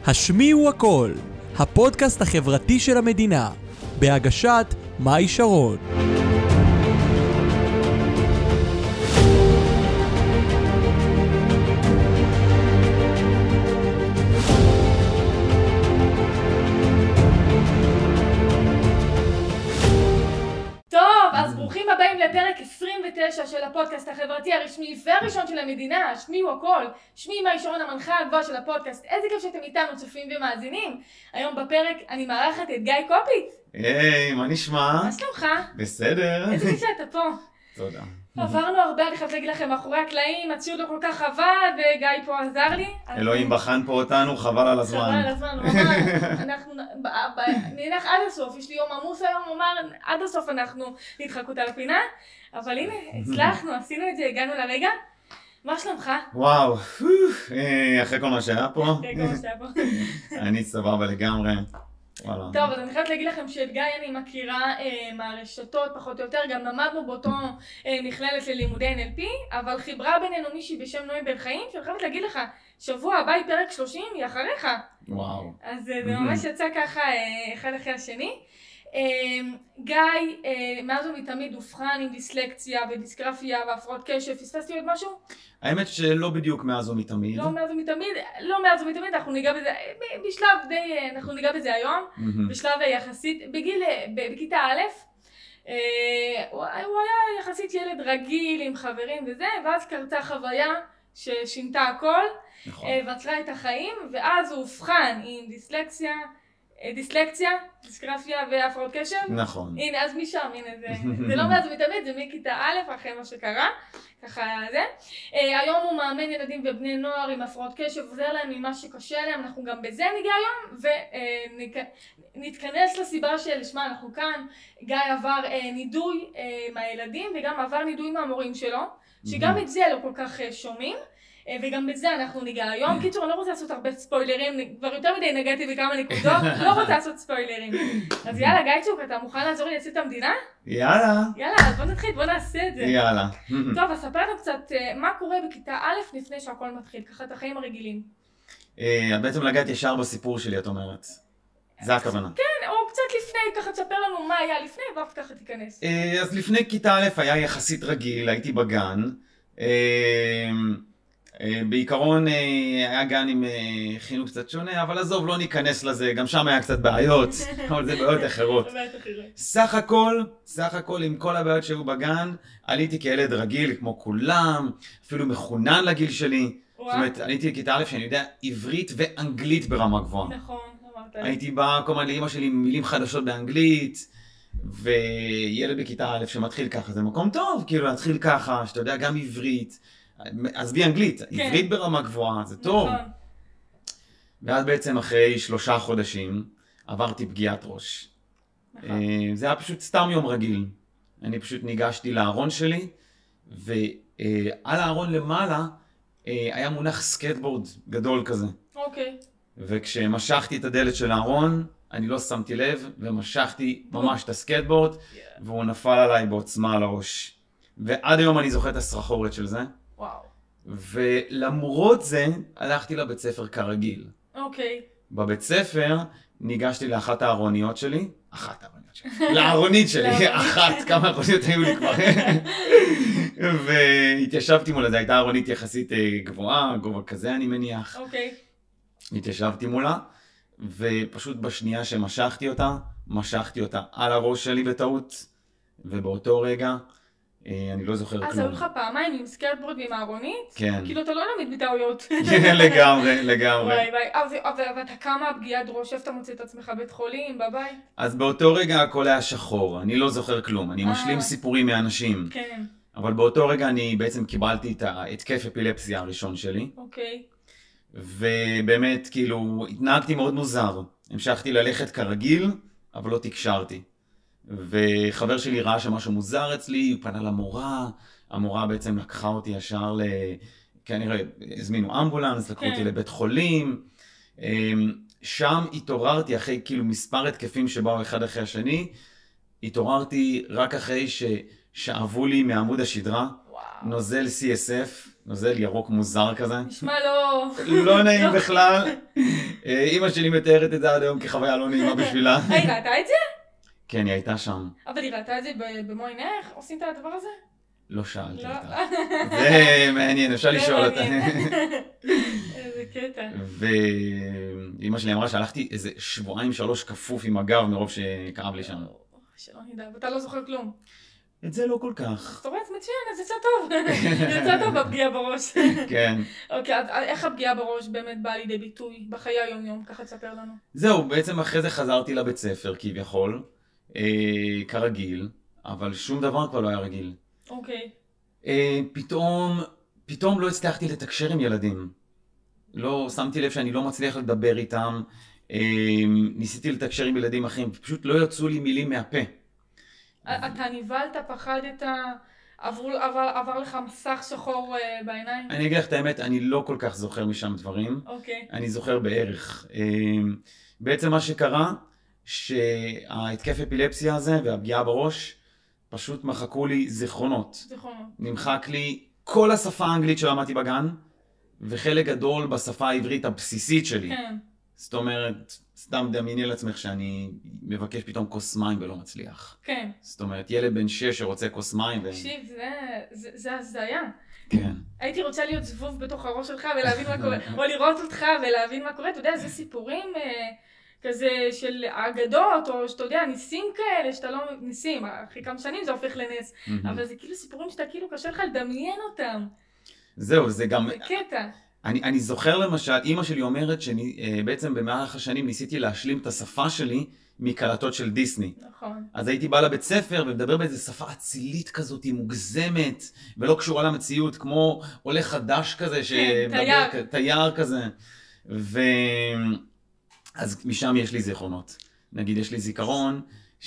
השמיעו הכל, הפודקאסט החברתי של המדינה, בהגשת מאי שרון. אז ברוכים הבאים לפרק 29 של הפודקאסט החברתי הרשמי והראשון של המדינה, השמיעו הכל. שמי מאי שרון, המנחה הגבוהה של הפודקאסט. איזה כיף שאתם איתנו, צופים ומאזינים. היום בפרק אני מארחת את גיא קופיץ. היי, מה נשמע? מה שלומך? בסדר. איזה כיף שאתה פה. תודה. עברנו הרבה, אני חייבת להגיד לכם, מאחורי הקלעים, הציוד לא כל כך עבד, וגיא פה עזר לי. אלוהים בחן פה אותנו, חבל על הזמן. חבל על הזמן, ממש. אנחנו נלך עד הסוף, יש לי יום עמוס היום, אומר, עד הסוף אנחנו נדחקות על הפינה, אבל הנה, הצלחנו, עשינו את זה, הגענו לרגע. מה שלומך? וואו, אחרי כל מה שהיה פה. אחרי כל מה שהיה פה. אני סבבה לגמרי. טוב, אז אני חייבת להגיד לכם שאת גיא אני מכירה מהרשתות פחות או יותר, גם למדנו באותו מכללת ללימודי NLP, אבל חיברה בינינו מישהי בשם נוי בן חיים, שאני חייבת להגיד לך, שבוע הבא היא פרק 30, היא אחריך. וואו. אז זה ממש יצא ככה אחד אחרי השני. גיא, מאז ומתמיד אובחן עם דיסלקציה ודיסגרפיה והפרעות קשב, פספסתי עוד משהו? האמת שלא בדיוק מאז ומתמיד. לא מאז ומתמיד, אנחנו ניגע בזה, בשלב די, אנחנו ניגע בזה היום, בשלב יחסית, בכיתה א', הוא היה יחסית ילד רגיל עם חברים וזה, ואז קרתה חוויה ששינתה הכל, ועצרה את החיים, ואז הוא אובחן עם דיסלקציה, דיסגרפיה והפרעות קשב. נכון. הנה, אז משם, הנה, זה לא מאז ומתמיד, זה מכיתה א', אחרי מה שקרה, ככה זה. היום הוא מאמן ילדים ובני נוער עם הפרעות קשב, עוזר להם ממה שקשה להם, אנחנו גם בזה ניגע היום, ונתכנס לסיבה שלשמה אנחנו כאן. גיא עבר נידוי מהילדים, וגם עבר נידוי מהמורים שלו, שגם את זה לא כל כך שומעים. וגם בזה אנחנו ניגע היום. קיצור, אני לא רוצה לעשות הרבה ספוילרים, כבר יותר מדי נגעתי בכמה נקודות, לא רוצה לעשות ספוילרים. אז יאללה, גייצ'וק, אתה מוכן לעזור לי להציל את המדינה? יאללה. יאללה, אז בוא נתחיל, בוא נעשה את זה. יאללה. טוב, אז ספר לנו קצת מה קורה בכיתה א' לפני שהכל מתחיל, ככה את החיים הרגילים. את בעצם לגעת ישר בסיפור שלי, את אומרת. זה הכוונה. כן, או קצת לפני, ככה תספר לנו מה היה לפני, ואז ככה תיכנס. אז לפני כיתה א' היה יחסית רגיל, הייתי בגן. בעיקרון היה גן עם חינוך קצת שונה, אבל עזוב, לא ניכנס לזה, גם שם היה קצת בעיות, אבל זה בעיות אחרות. סך הכל עם כל הבעיות שהיו בגן, עליתי כילד רגיל כמו כולם, אפילו מחונן לגיל שלי. זאת אומרת, עליתי לכיתה א' שאני יודע עברית ואנגלית ברמה גבוהה. נכון, אמרת. הייתי בא כל הזמן לאמא שלי עם מילים חדשות באנגלית, וילד בכיתה א' שמתחיל ככה, זה מקום טוב, כאילו להתחיל ככה, שאתה יודע גם עברית. עזבי אנגלית, עברית ברמה גבוהה, זה טוב. ואז בעצם אחרי 3 חודשים עברתי פגיעת ראש. זה היה פשוט סתם יום רגיל. אני פשוט ניגשתי לארון שלי, ועל הארון למעלה היה מונח סקייטבורד גדול כזה. אוקיי. וכשמשכתי את הדלת של הארון, אני לא שמתי לב, ומשכתי ממש את הסקייטבורד, והוא נפל עליי בעוצמה על הראש. ועד היום אני זוכר את הסרחורת של זה. וואו. ולמרות זה, הלכתי לבית ספר כרגיל. אוקיי. בבית ספר ניגשתי לאחת הארוניות שלי. לארונית שלי, כמה ארוניות היו לי כבר. והתיישבתי מולה, זו הייתה ארונית יחסית גבוהה, גובה כזה אני מניח. אוקיי. התיישבתי מולה, ופשוט בשנייה שמשכתי אותה על הראש שלי בטעות, ובאותו רגע, אני לא זוכר כלום. אז היו לך פעמיים עם סקייטבורד ועם הארונית? כן. כאילו אתה לא למד בטעויות. לגמרי. ואתה כמה פגיעת ראש, איפה אתה מוצא את עצמך בית חולים, בבית? אז באותו רגע הכל היה שחור, אני לא זוכר כלום, אני משלים סיפורים מאנשים. כן. אבל באותו רגע אני בעצם קיבלתי את התקף אפילפסיה הראשון שלי. אוקיי. ובאמת כאילו התנהגתי מאוד מוזר. המשכתי ללכת כרגיל, אבל לא תקשרתי. וחבר שלי ראה שמשהו מוזר אצלי, הוא פנה למורה, המורה בעצם לקחה אותי ישר כנראה הזמינו אמבולנס, לקחו אותי לבית חולים. שם התעוררתי אחרי כאילו מספר התקפים שבאו אחד אחרי השני, התעוררתי רק אחרי ששאבו לי מעמוד השדרה, נוזל CSF, נוזל ירוק מוזר כזה. נשמע לא... לא נעים בכלל. אמא שלי מתארת את זה עד היום כחוויה לא נעימה בשבילה. היא ראתה את זה? כן, היא הייתה שם. אבל היא ראתה את זה במו עינך? עושים את הדבר הזה? לא שאלתי לא. אותה. זה מעניין, אפשר לשאול אותה. איזה קטע. ואמא שלי אמרה שהלכתי איזה 2-3 כפוף עם הגב מרוב שכאב לי שם. שלא נדע, ואתה לא זוכר כלום. את זה לא כל כך. אתה רואה, זה מצוין, אז יצא טוב. יצא טוב בפגיעה בראש. כן. אוקיי, אז איך הפגיעה בראש באמת באה לידי ביטוי בחיי היום-יום? ככה תספר לנו. זהו, בעצם אחרי זה חזרתי לבית ספר כביכול, כרגיל, אבל שום דבר כבר לא היה רגיל. אוקיי. פתאום לא הצלחתי לתקשר עם ילדים. לא, שמתי לב שאני לא מצליח לדבר איתם, ניסיתי לתקשר עם ילדים אחרים, פשוט לא יצאו לי מילים מהפה. אתה נבלת, פחדת, עבר לך מסך שחור בעיניים? אני אגיד לך את האמת, אני לא כל כך זוכר משם דברים. אוקיי. אני זוכר בערך. בעצם מה שקרה, שההתקף אפילפסיה הזה והפגיעה בראש, פשוט מחקו לי זיכרונות. זיכרונות. נמחק לי כל השפה האנגלית שלמדתי בגן, וחלק גדול בשפה העברית הבסיסית שלי. כן. זאת אומרת, סתם דמייני לעצמך שאני מבקש פתאום כוס מים ולא מצליח. כן. זאת אומרת, ילד בן 6 שרוצה כוס מים תקשיב, זה הזיה. כן. הייתי רוצה להיות זבוב בתוך הראש שלך ולהבין מה קורה, או לראות אותך ולהבין מה קורה. אתה יודע, זה סיפורים כזה של אגדות, או שאתה יודע, ניסים כאלה, שאתה לא ניסים, אחרי כמה שנים זה הופך לנס. אבל זה כאילו סיפורים שאתה כאילו קשה לך לדמיין אותם. זהו, זה גם... זה קטע. אני זוכר למשל, אמא שלי אומרת שבעצם במהלך השנים ניסיתי להשלים את השפה שלי מקלטות של דיסני. נכון. אז הייתי בא לבית ספר ומדבר באיזו שפה אצילית כזאת, מוגזמת, ולא קשורה למציאות, כמו עולה חדש כזה, תייר כזה. אז משם יש לי זיכרונות. נגיד, יש לי זיכרון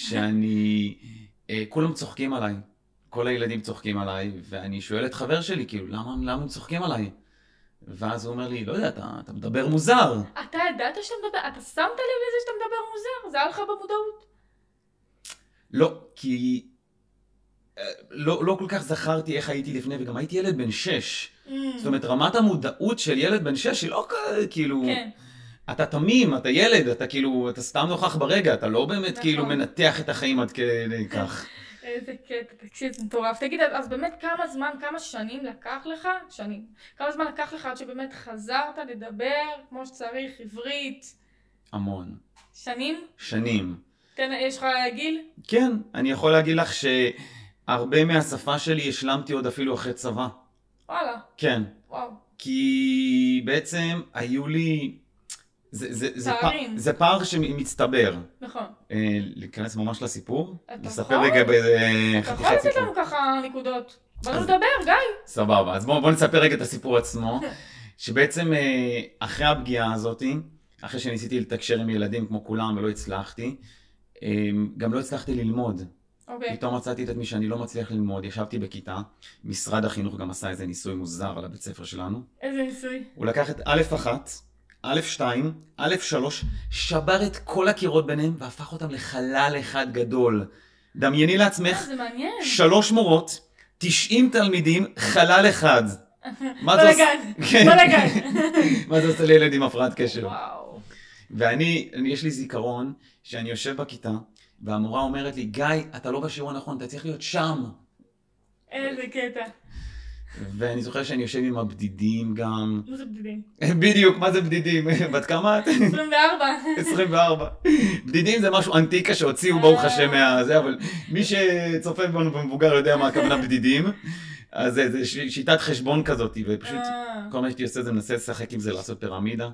כולם צוחקים עליי. כל הילדים צוחקים עליי, ואני שואל את חבר שלי, כאילו, למה הם צוחקים עליי? ואז הוא אומר לי, לא יודע, אתה מדבר מוזר. אתה ידעת שאתה מדבר, אתה שמת לב לזה שאתה מדבר מוזר? זה היה לך במודעות? לא, כי לא כל כך זכרתי איך הייתי לפני, וגם הייתי ילד בן 6. זאת אומרת, רמת המודעות של ילד בן 6 היא לא כאילו... כן. אתה תמים, אתה ילד, אתה כאילו, אתה סתם נוכח ברגע, אתה לא באמת כאילו מנתח את החיים עד כדי כך. איזה קטע, תקשיב, זה מטורף. תגיד, אז באמת כמה שנים לקח לך? כמה זמן לקח לך עד שבאמת חזרת לדבר כמו שצריך, עברית? המון. שנים? שנים. יש לך גיל? כן, אני יכול להגיד לך שהרבה מהשפה שלי השלמתי עוד אפילו אחרי צבא. וואלה. כן. וואו. כי בעצם היו לי... זה פער שמצטבר. נכון. להיכנס ממש לסיפור? לספר רגע באיזה אתה יכול לתת לנו ככה נקודות. בואו נדבר, גיא. סבבה, אז בואו נספר רגע את הסיפור עצמו. שבעצם אחרי הפגיעה הזאת, אחרי שניסיתי לתקשר עם ילדים כמו כולם ולא הצלחתי, גם לא הצלחתי ללמוד. פתאום מצאתי את עצמי שאני לא מצליח ללמוד, ישבתי בכיתה, משרד החינוך גם עשה איזה ניסוי מוזר על הבית ספר שלנו. איזה ניסוי? הוא לקח את א'1, א'2, א'3, שבר את כל הקירות ביניהם והפך אותם לחלל אחד גדול. דמייני לעצמך, זה מעניין. 3 מורות, 90 תלמידים, חלל אחד. בלגן. מה זה עושה לילד עם הפרעת קשב? וואו. יש לי זיכרון שאני יושב בכיתה, והמורה אומרת לי, גיא, אתה לא בשיעור הנכון, אתה צריך להיות שם. איזה קטע. ואני זוכר שאני יושב עם הבדידים גם. מה זה בדידים? בדיוק, מה זה בדידים? בת כמה את? 24. 24. בדידים זה משהו אנטיקה שהוציאו ברוך השם מהזה, אבל מי שצופה בנו במבוגר יודע מה הכוונה בדידים. אז זה שיטת חשבון כזאת, ופשוט כל מה שאתי עושה זה מנסה לשחק עם זה, לעשות פירמידה.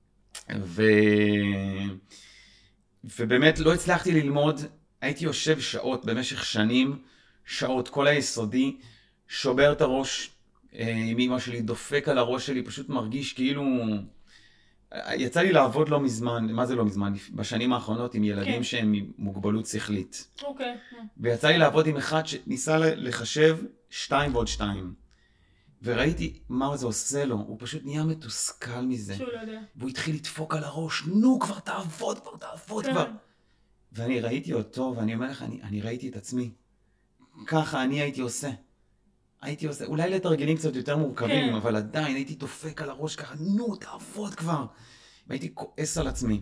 ובאמת לא הצלחתי ללמוד, הייתי יושב שעות במשך שנים, שעות, כל היסודי, שובר את הראש, עם אמא שלי דופק על הראש שלי, פשוט מרגיש כאילו... יצא לי לעבוד לא מזמן, מה זה לא מזמן? בשנים האחרונות עם ילדים שהם עם מוגבלות שכלית. אוקיי. ויצא לי לעבוד עם אחד שניסה לחשב 2 ועוד 2. וראיתי מה זה עושה לו, הוא פשוט נהיה מתוסכל מזה. שהוא לא יודע. והוא התחיל לדפוק על הראש, נו כבר תעבוד כבר. ואני ראיתי אותו, ואני אומר לך, אני ראיתי את עצמי. ככה אני הייתי עושה. הייתי עושה, אולי לתרגילים קצת יותר מורכבים, אבל עדיין הייתי דופק על הראש ככה, נו, תעבוד כבר. והייתי כועס על עצמי.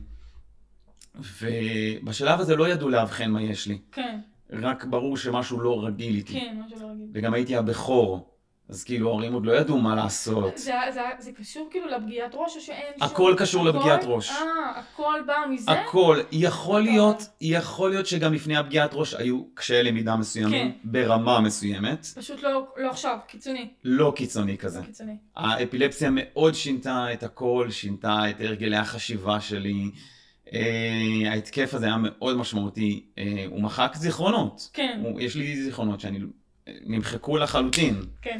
ובשלב הזה לא ידעו להבחן מה יש לי. כן. רק ברור שמשהו לא רגיל איתי. כן, משהו לא רגיל. וגם הייתי הבכור. אז כאילו ההורים עוד לא ידעו מה לעשות. זה קשור כאילו לפגיעת ראש או שאין שום... הכל קשור לפגיעת ראש. הכל בא מזה? הכל. יכול להיות שגם לפני הפגיעת ראש היו קשיי למידה מסוימים, ברמה מסוימת. פשוט לא עכשיו, קיצוני. לא קיצוני כזה. לא קיצוני. האפילפסיה מאוד שינתה את הכל, שינתה את הרגלי החשיבה שלי. ההתקף הזה היה מאוד משמעותי. הוא מחק זיכרונות. כן. יש לי זיכרונות שאני נמחקו לחלוטין. כן.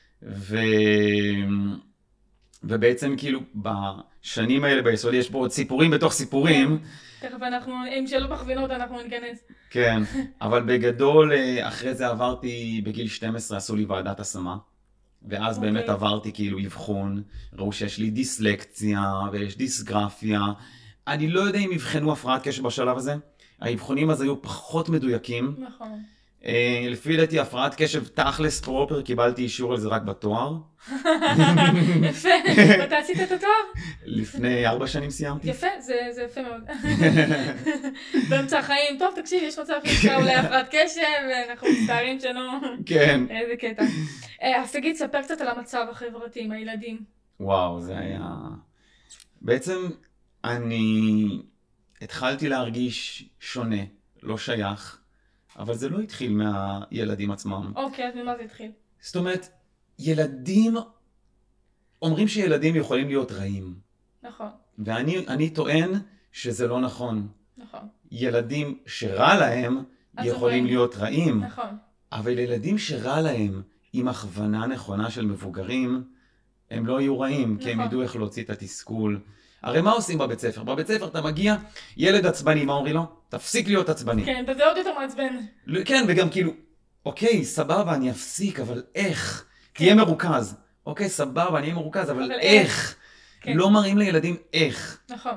ובעצם כאילו בשנים האלה ביסודי יש פה עוד סיפורים בתוך סיפורים. תכף אנחנו, אם שלא מכווינות אנחנו ניכנס. כן, אבל בגדול אחרי זה עברתי בגיל 12 עשו לי ועדת השמה. ואז באמת עברתי כאילו אבחון, ראו שיש לי דיסלקציה ויש דיסגרפיה. אני לא יודע אם יבחנו הפרעת קשב בשלב הזה. האבחונים אז היו פחות מדויקים. נכון. לפי דעתי הפרעת קשב תכלס פרופר, קיבלתי אישור על זה רק בתואר. יפה, מתי עשית את התואר? לפני 4 שנים סיימתי. יפה, זה יפה מאוד. באמצע החיים, טוב תקשיב, יש מצב שאפשר אולי הפרעת קשב, ואנחנו מצטערים שלא. כן. איזה קטע. אז תגיד, ספר קצת על המצב החברתי עם הילדים. וואו, זה היה... בעצם אני התחלתי להרגיש שונה, לא שייך. אבל זה לא התחיל מהילדים עצמם. אוקיי, אז ממה זה התחיל? זאת אומרת, ילדים, אומרים שילדים יכולים להיות רעים. נכון. ואני טוען שזה לא נכון. נכון. ילדים שרע להם יכולים להיות רעים. נכון. אבל ילדים שרע להם עם הכוונה נכונה של מבוגרים, הם לא יהיו רעים, נכון. כי הם ידעו איך להוציא את התסכול. הרי מה עושים בבית ספר? בבית ספר אתה מגיע, ילד עצבני, מה אומרים לו? תפסיק להיות עצבני. כן, וזה עוד יותר מעצבן. כן, וגם כאילו, אוקיי, סבבה, אני אפסיק, אבל איך? תהיה מרוכז. אוקיי, סבבה, אני אהיה מרוכז, אבל איך? לא מראים לילדים איך. נכון.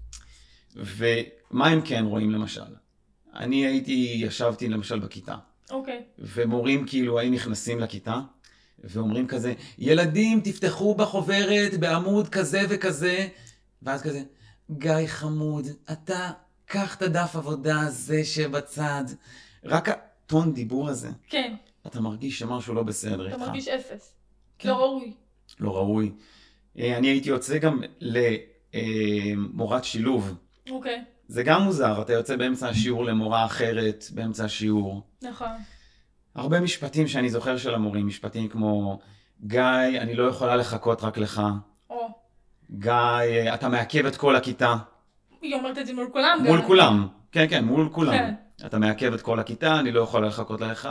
ומה הם כן רואים למשל? אני ישבתי למשל בכיתה. אוקיי. ומורים כאילו היו נכנסים לכיתה, ואומרים כזה, ילדים תפתחו בחוברת בעמוד כזה וכזה, ואז כזה, גיא חמוד, אתה קח את הדף עבודה הזה שבצד. רק הטון דיבור הזה. כן. אתה מרגיש שמשהו לא בסדר איתך. אתה מרגיש אפס. כן. לא ראוי. לא ראוי. אני הייתי יוצא גם למורת שילוב. אוקיי. זה גם מוזר, אתה יוצא באמצע השיעור למורה אחרת, באמצע השיעור. נכון. הרבה משפטים שאני זוכר של המורים, משפטים כמו, גיא, אני לא יכולה לחכות רק לך. גיא, אתה מעכב את כל הכיתה. היא אומרת את זה מול כולם גם. מול כולם, כן, כן, מול כולם. כן. אתה מעכב את כל הכיתה, אני לא יכולה לחכות לך.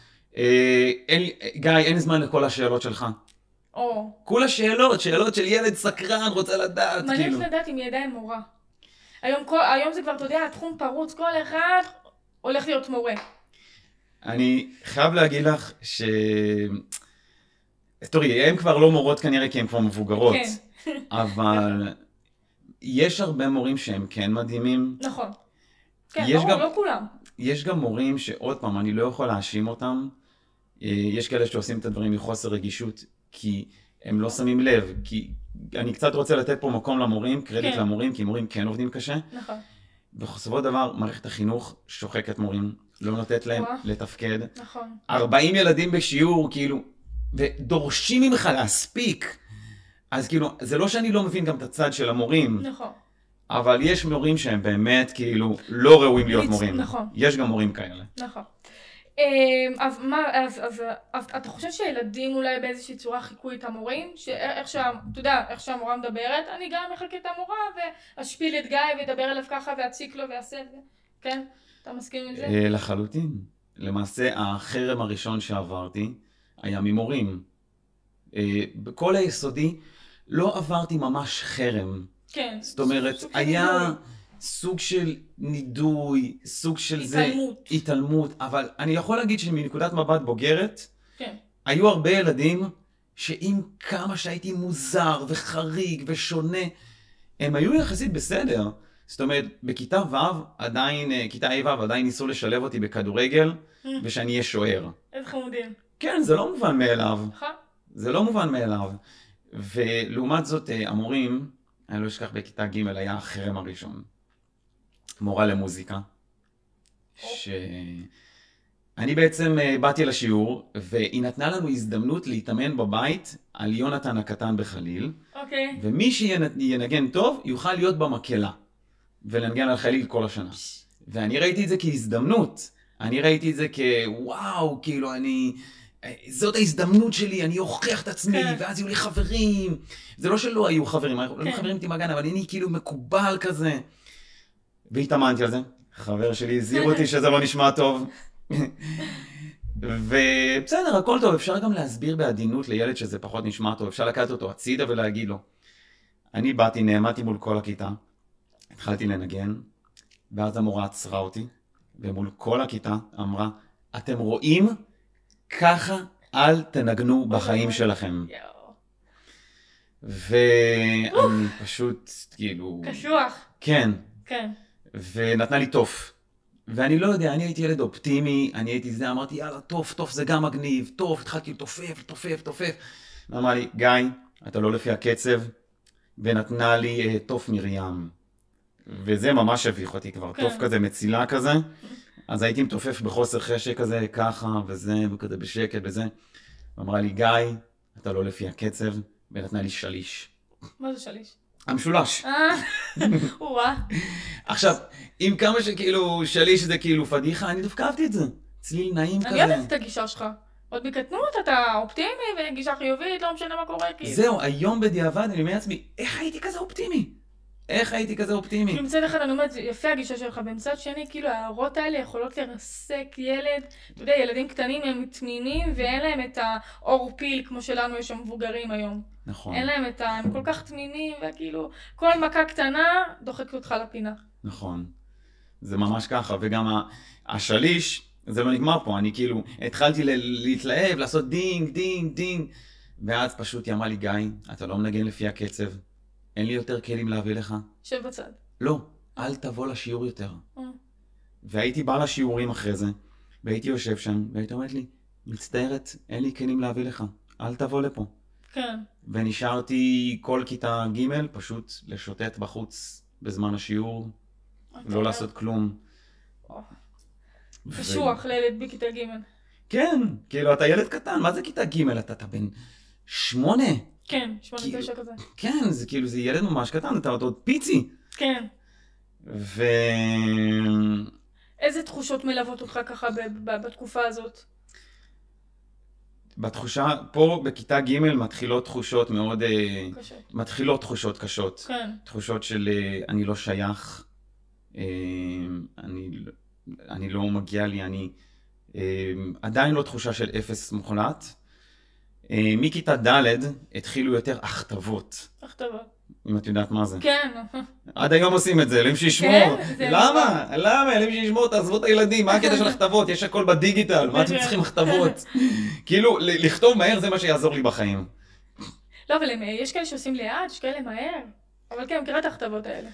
גיא, אין זמן לכל השאלות שלך. כול השאלות, שאלות של ילד סקרן, רוצה לדעת. מעניין לדעת אם היא עדיין מורה. היום זה כבר, אתה יודע, התחום פרוץ, כל אחד הולך להיות מורה. אני חייב להגיד לך תראי, הם כבר לא מורות כנראה כי הם כבר מבוגרות. כן. אבל יש הרבה מורים שהם כן מדהימים. נכון. כן, לא כולם. יש גם מורים שעוד פעם, אני לא יכול להאשים אותם. יש כאלה שעושים את הדברים מחוסר רגישות, כי הם לא שמים לב. כי אני קצת רוצה לתת פה מקום למורים, קרדיט למורים, כי מורים כן עובדים קשה. נכון. בסופו של דבר, מערכת החינוך שוחקת מורים, לא נותנת להם לתפקד. נכון. 40 ילדים בשיעור, כאילו, ודורשים ממך להספיק. אז כאילו, זה לא שאני לא מבין גם את הצד של המורים. נכון. אבל יש מורים שהם באמת כאילו לא ראויים להיות מורים. נכון. יש גם מורים כאלה. נכון. אז אתה חושב שהילדים אולי באיזושהי צורה חיכו את המורים? איך שהמורה מדברת, אני גם מחכה את המורה ואשפיל את גיא וידבר אליו ככה ואציק לו ויעשה את זה. כן? אתה מסכים עם זה? לחלוטין. למעשה, החרם הראשון שעברתי היה ממורים. בכל היסודי לא עברתי ממש חרם. כן. זאת אומרת, היה סוג של נידוי, סוג של התעלמות, אבל אני יכול להגיד שמנקודת מבט בוגרת, כן. היו הרבה ילדים שעם כמה שהייתי מוזר וחריג ושונה, הם היו יחסית בסדר. זאת אומרת, בכיתה ו' עדיין, כיתה A ו' עדיין ניסו לשלב אותי בכדורגל, ושאני אהיה שוער. איזה חמודים. כן, זה לא מובן מאליו. נכון. זה לא מובן מאליו. ולעומת זאת, המורים, אני לא אשכח בכיתה ג' היה החרם הראשון. מורה למוזיקה. אני בעצם באתי לשיעור, והיא נתנה לנו הזדמנות להתאמן בבית על יונתן הקטן בחליל. אוקיי. ומי שינגן טוב, יוכל להיות במקהלה. ולנגן על חליל כל השנה. ואני ראיתי את זה כהזדמנות. אני ראיתי את זה כוואו, כאילו זאת ההזדמנות שלי, אני אוכיח את עצמי, ואז יהיו לי חברים. זה לא שלא היו חברים, היו חברים איתי מגן, אבל אני כאילו מקובל כזה. והתאמנתי על זה. חבר שלי הזהיר אותי שזה לא נשמע טוב. ובסדר, הכל טוב. אפשר גם להסביר בעדינות לילד שזה פחות נשמע טוב. אפשר לקחת אותו הצידה ולהגיד לו. אני באתי, נעמדתי מול כל הכיתה. התחלתי לנגן, ואז המורה עצרה אותי, ומול כל הכיתה אמרה, אתם רואים? ככה אל תנגנו בחיים שלכם. ואני פשוט, כאילו... קשוח. כן. כן. ונתנה לי טוף. ואני לא יודע, אני הייתי ילד אופטימי, אני הייתי זה, אמרתי, יאללה, טוף זה גם מגניב, טוף, התחלתי תופף. ואמרה לי, גיא, אתה לא לפי הקצב, ונתנה לי טוף מרים. וזה ממש הביך אותי כבר, טוף כזה, מצילה כזה. אז הייתי מתופף בחוסר חשק כזה, ככה וזה, וכזה בשקט וזה. ואמרה לי, גיא, אתה לא לפי הקצב, ונתנה לי שליש. מה זה שליש? המשולש. וואה. עכשיו, עם כמה שכאילו שליש זה כאילו פדיחה, אני דווקא אהבתי את זה. צליל נעים כזה. אני אוהבת את הגישה שלך. עוד בקטנות אתה אופטימי וגישה חיובית, לא משנה מה קורה. זהו, היום בדיעבד אני אומר לעצמי, איך הייתי כזה אופטימי? כאילו מצד אחד אני אומרת, יפה הגישה שלך, במצד שני, כאילו ההערות האלה יכולות לרסק ילד, אתה יודע, ילדים קטנים הם תמימים, ואין להם את האור פיל, כמו שלנו יש המבוגרים היום. נכון. אין להם הם כל כך תמימים, וכאילו, כל מכה קטנה דוחקת אותך לפינה. נכון. זה ממש ככה, וגם השליש, זה לא נגמר פה, אני כאילו, התחלתי להתלהב, לעשות דינג, ואז פשוט היא אמרה לי, גיא, אתה לא מנגן לפי הקצב. אין לי יותר כלים להביא לך. שב בצד. לא, אל תבוא לשיעור יותר. והייתי בא לשיעורים אחרי זה, והייתי יושב שם, והייתי אומרת לי, מצטערת, אין לי כלים להביא לך, אל תבוא לפה. כן. ונשארתי כל כיתה ג' פשוט לשוטט בחוץ בזמן השיעור, לא לעשות כלום. קשוח לילד בכיתה ג'. כן, כאילו אתה ילד קטן, מה זה כיתה ג'? אתה בן 8. כן, 8-9 כזה. כן, זה כאילו, זה ילד ממש קטן, אתה עוד פיצי. כן. איזה תחושות מלוות אותך ככה בתקופה הזאת? בתחושה, פה בכיתה ג' מתחילות תחושות מאוד... קשות. מתחילות תחושות קשות. כן. תחושות של אני לא שייך, אני לא מגיע לי, אני... עדיין לא תחושה של אפס מוחלט. מכיתה ד' התחילו יותר הכתבות. הכתבות. אם את יודעת מה זה. כן. עד היום עושים את זה, אלוהים שישמור. למה? אלוהים שישמור, תעזבו את הילדים, מה הקטע של הכתבות? יש הכל בדיגיטל, מה אתם צריכים הכתבות? כאילו, לכתוב מהר זה מה שיעזור לי בחיים. לא, אבל יש כאלה שעושים ליד, יש כאלה מהר. אבל כן, מכירה את הכתבות האלה.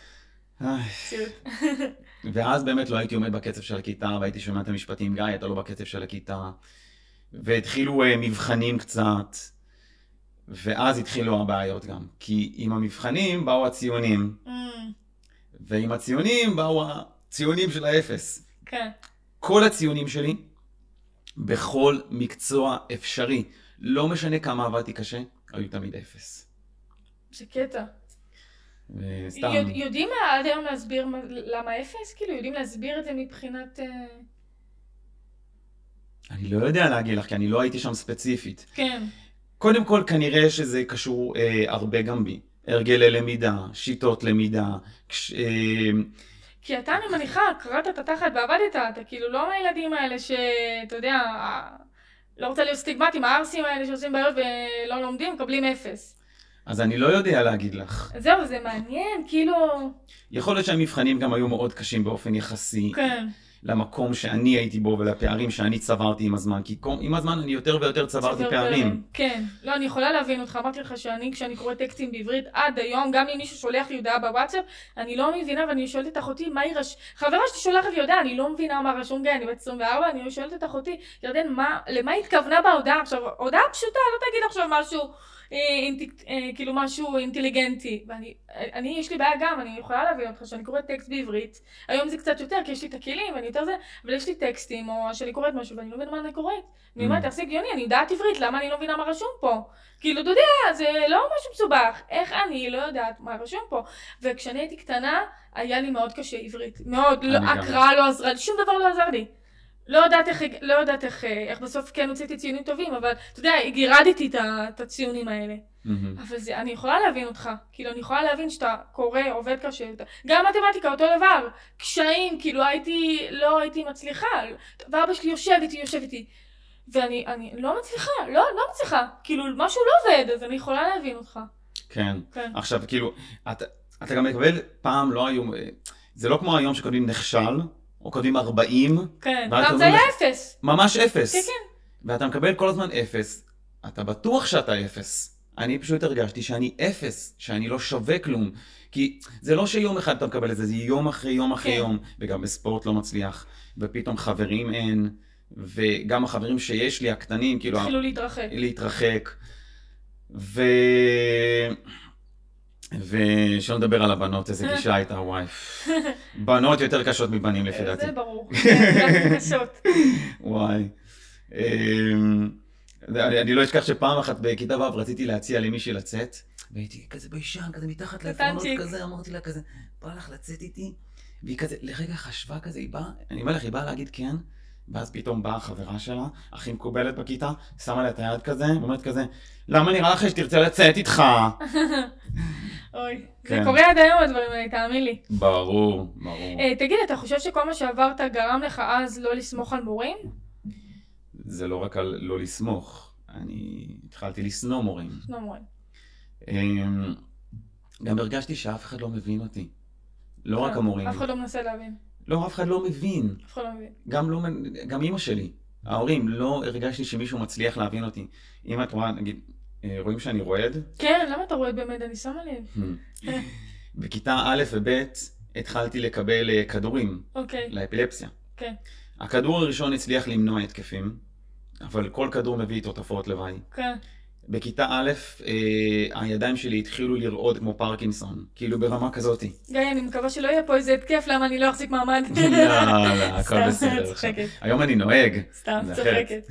ואז באמת לא הייתי עומד בקצב של הכיתה, והייתי שומע את המשפטים, גיא, אתה לא בקצב של הכיתה. והתחילו מבחנים קצת, ואז התחילו הבעיות גם. כי עם המבחנים באו הציונים, ועם הציונים באו הציונים של האפס. כן. כל הציונים שלי, בכל מקצוע אפשרי, לא משנה כמה עבדתי קשה, היו תמיד אפס. זה קטע. וסתם. יודעים עד היום להסביר למה אפס? כאילו, יודעים להסביר את זה מבחינת... אני לא יודע להגיד לך, כי אני לא הייתי שם ספציפית. כן. קודם כל, כנראה שזה קשור הרבה גם בי. הרגלי למידה, שיטות למידה. כי אתה, אני מניחה, קראת את התחת ועבדת, אתה כאילו לא מהילדים האלה שאתה יודע, לא רוצה להיות סטיגמטים, הארסים האלה שעושים בעיות ולא לומדים, מקבלים אפס. אז אני לא יודע להגיד לך. זהו, זה מעניין, כאילו... יכול להיות שהמבחנים גם היו מאוד קשים באופן יחסי. כן. למקום שאני הייתי בו ולפערים שאני צברתי עם הזמן, כי עם הזמן אני יותר ויותר צברתי פערים. כן, לא, אני יכולה להבין אותך, אמרתי לך כשאני קוראת טקסטים בעברית עד היום, גם אם מישהו שולח לי הודעה בוואטסאפ, אני לא מבינה ואני שואלת את אחותי, מה היא חברה שלי שולחת לי הודעה, אני לא מבינה מה רשום גיא, אני בת 24, אני שואלת את אחותי, ירדן, למה היא התכוונה בהודעה? עכשיו, הודעה פשוטה, לא תגיד עכשיו משהו, כאילו משהו אינטליגנטי, ואני יש לי בעיה גם, אני יכולה להבין אותך שאני קוראת טקסט בעברית, היום זה קצת יותר כי יש לי את הכלים ואני יותר זה, אבל יש לי טקסטים או שאני קוראת משהו ואני לא מבינה מה אני קוראת, אני אומרת, תעשי הגיוני, אני יודעת עברית, למה אני לא מבינה מה רשום פה? כאילו, אתה יודע, זה לא משהו מסובך, איך אני לא יודעת מה רשום פה? וכשאני הייתי קטנה, היה לי מאוד קשה עברית, מאוד, הקראה לא עזרה לי, שום דבר לא עזר לי. לא יודעת איך בסוף כן הוצאתי ציונים טובים, אבל אתה יודע, גירדתי את הציונים האלה. אבל אני יכולה להבין אותך, כאילו אני יכולה להבין שאתה קורא, עובד קשה, גם מתמטיקה אותו דבר, קשיים, כאילו לא הייתי מצליחה, ואבא שלי יושב איתי, ואני לא מצליחה, כאילו משהו לא עובד, אז אני יכולה להבין אותך. כן, עכשיו כאילו, אתה גם מקבל פעם לא היו, זה לא כמו היום שכותבים נכשל, או כותבים 40. כן, פעם זה היה 0. ממש 0. כן, כן. ואתה מקבל כל הזמן 0. אתה בטוח שאתה 0. אני פשוט הרגשתי שאני 0, שאני לא שווה כלום. כי זה לא שיום אחד אתה מקבל את זה, זה יום אחרי יום אחרי יום. וגם בספורט לא מצליח. ופתאום חברים אין. וגם החברים שיש לי, הקטנים, כאילו... התחילו להתרחק. ושלא נדבר על הבנות, איזה גישה הייתה, וואי. בנות יותר קשות מבנים לפי דעתי. זה ברור, זה קשות. וואי. אני לא אשכח שפעם אחת בכיתה ו' רציתי להציע למישהי לצאת, והייתי כזה בישן, כזה מתחת לעפרונות כזה, אמרתי לה כזה, בא לך לצאת איתי? והיא כזה, לרגע חשבה כזה, אני אומר לך, היא באה להגיד כן, ואז פתאום באה החברה שלה, הכי מקובלת בכיתה, שמה לה את היד כזה, ואומרת כזה, למה נראה לך שתרצה לצאת איתך? אוי, זה קורה עד היום הדברים האלה, תאמין לי. ברור. תגיד, אתה חושב שכל מה שעברת גרם לך אז לא לסמוך על מורים? זה לא רק על לא לסמוך, אני התחלתי לשנוא מורים. לשנוא מורים. גם הרגשתי שאף אחד לא מבין אותי. לא רק המורים. אף אחד לא מנסה להבין. לא, אף אחד לא מבין. אף אחד לא מבין. גם אמא שלי. ההורים, לא הרגשתי שמישהו מצליח להבין אותי. אם את רואה, נגיד, רואים שאני רועד? כן, למה אתה רועד באמת? אני שמה לב. בכיתה א' וב' התחלתי לקבל כדורים. לאפילפסיה. כן. הכדור הראשון הצליח למנוע התקפים, אבל כל כדור מביא איתו תופעות לוואי. כן. בכיתה א', הידיים שלי התחילו לרעוד כמו פרקינסון, כאילו ברמה כזאת. גיא, אני מקווה שלא יהיה פה איזה התקף, למה אני לא אחזיק מעמד. לא, הכל בסדר. היום אני נוהג. סתם, צוחקת.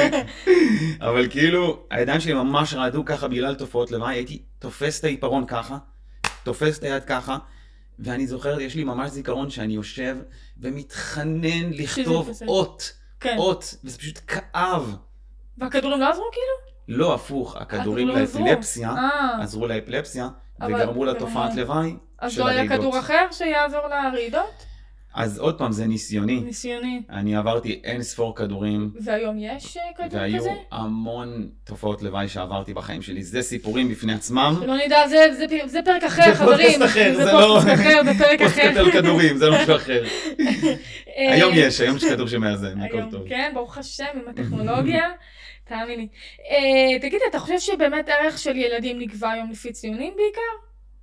אבל כאילו, הידיים שלי ממש רעדו ככה בגלל תופעות לוואי, הייתי תופס את העיפרון ככה, תופס את היד ככה, ואני זוכר, יש לי ממש זיכרון שאני יושב ומתחנן לכתוב אות, וזה פשוט כאב. והכדורים לא עזרו כאילו? לא, הפוך, הכדורים לאפילפסיה, עזרו לאפילפסיה, וגרמו לתופעת לוואי. אז לא היה כדור אחר שיעזור לרעידות? אז עוד פעם, זה ניסיוני. ניסיוני. אני עברתי אין ספור כדורים. והיום יש כדור כזה? והיו המון תופעות לוואי שעברתי בחיים שלי. זה סיפורים בפני עצמם. לא נדע, זה פרק אחר, חברים. זה פודקאסט אחר, זה לא... זה פרק אחר. פודקאסט על כדורים, זה משהו אחר. היום יש כדור שמאזן, הכל טוב. כן, ברוך השם, עם הטכנולוגיה. תאמין לי. תגיד, אתה חושב שבאמת ערך של ילדים נקבע היום לפי ציונים בעיקר?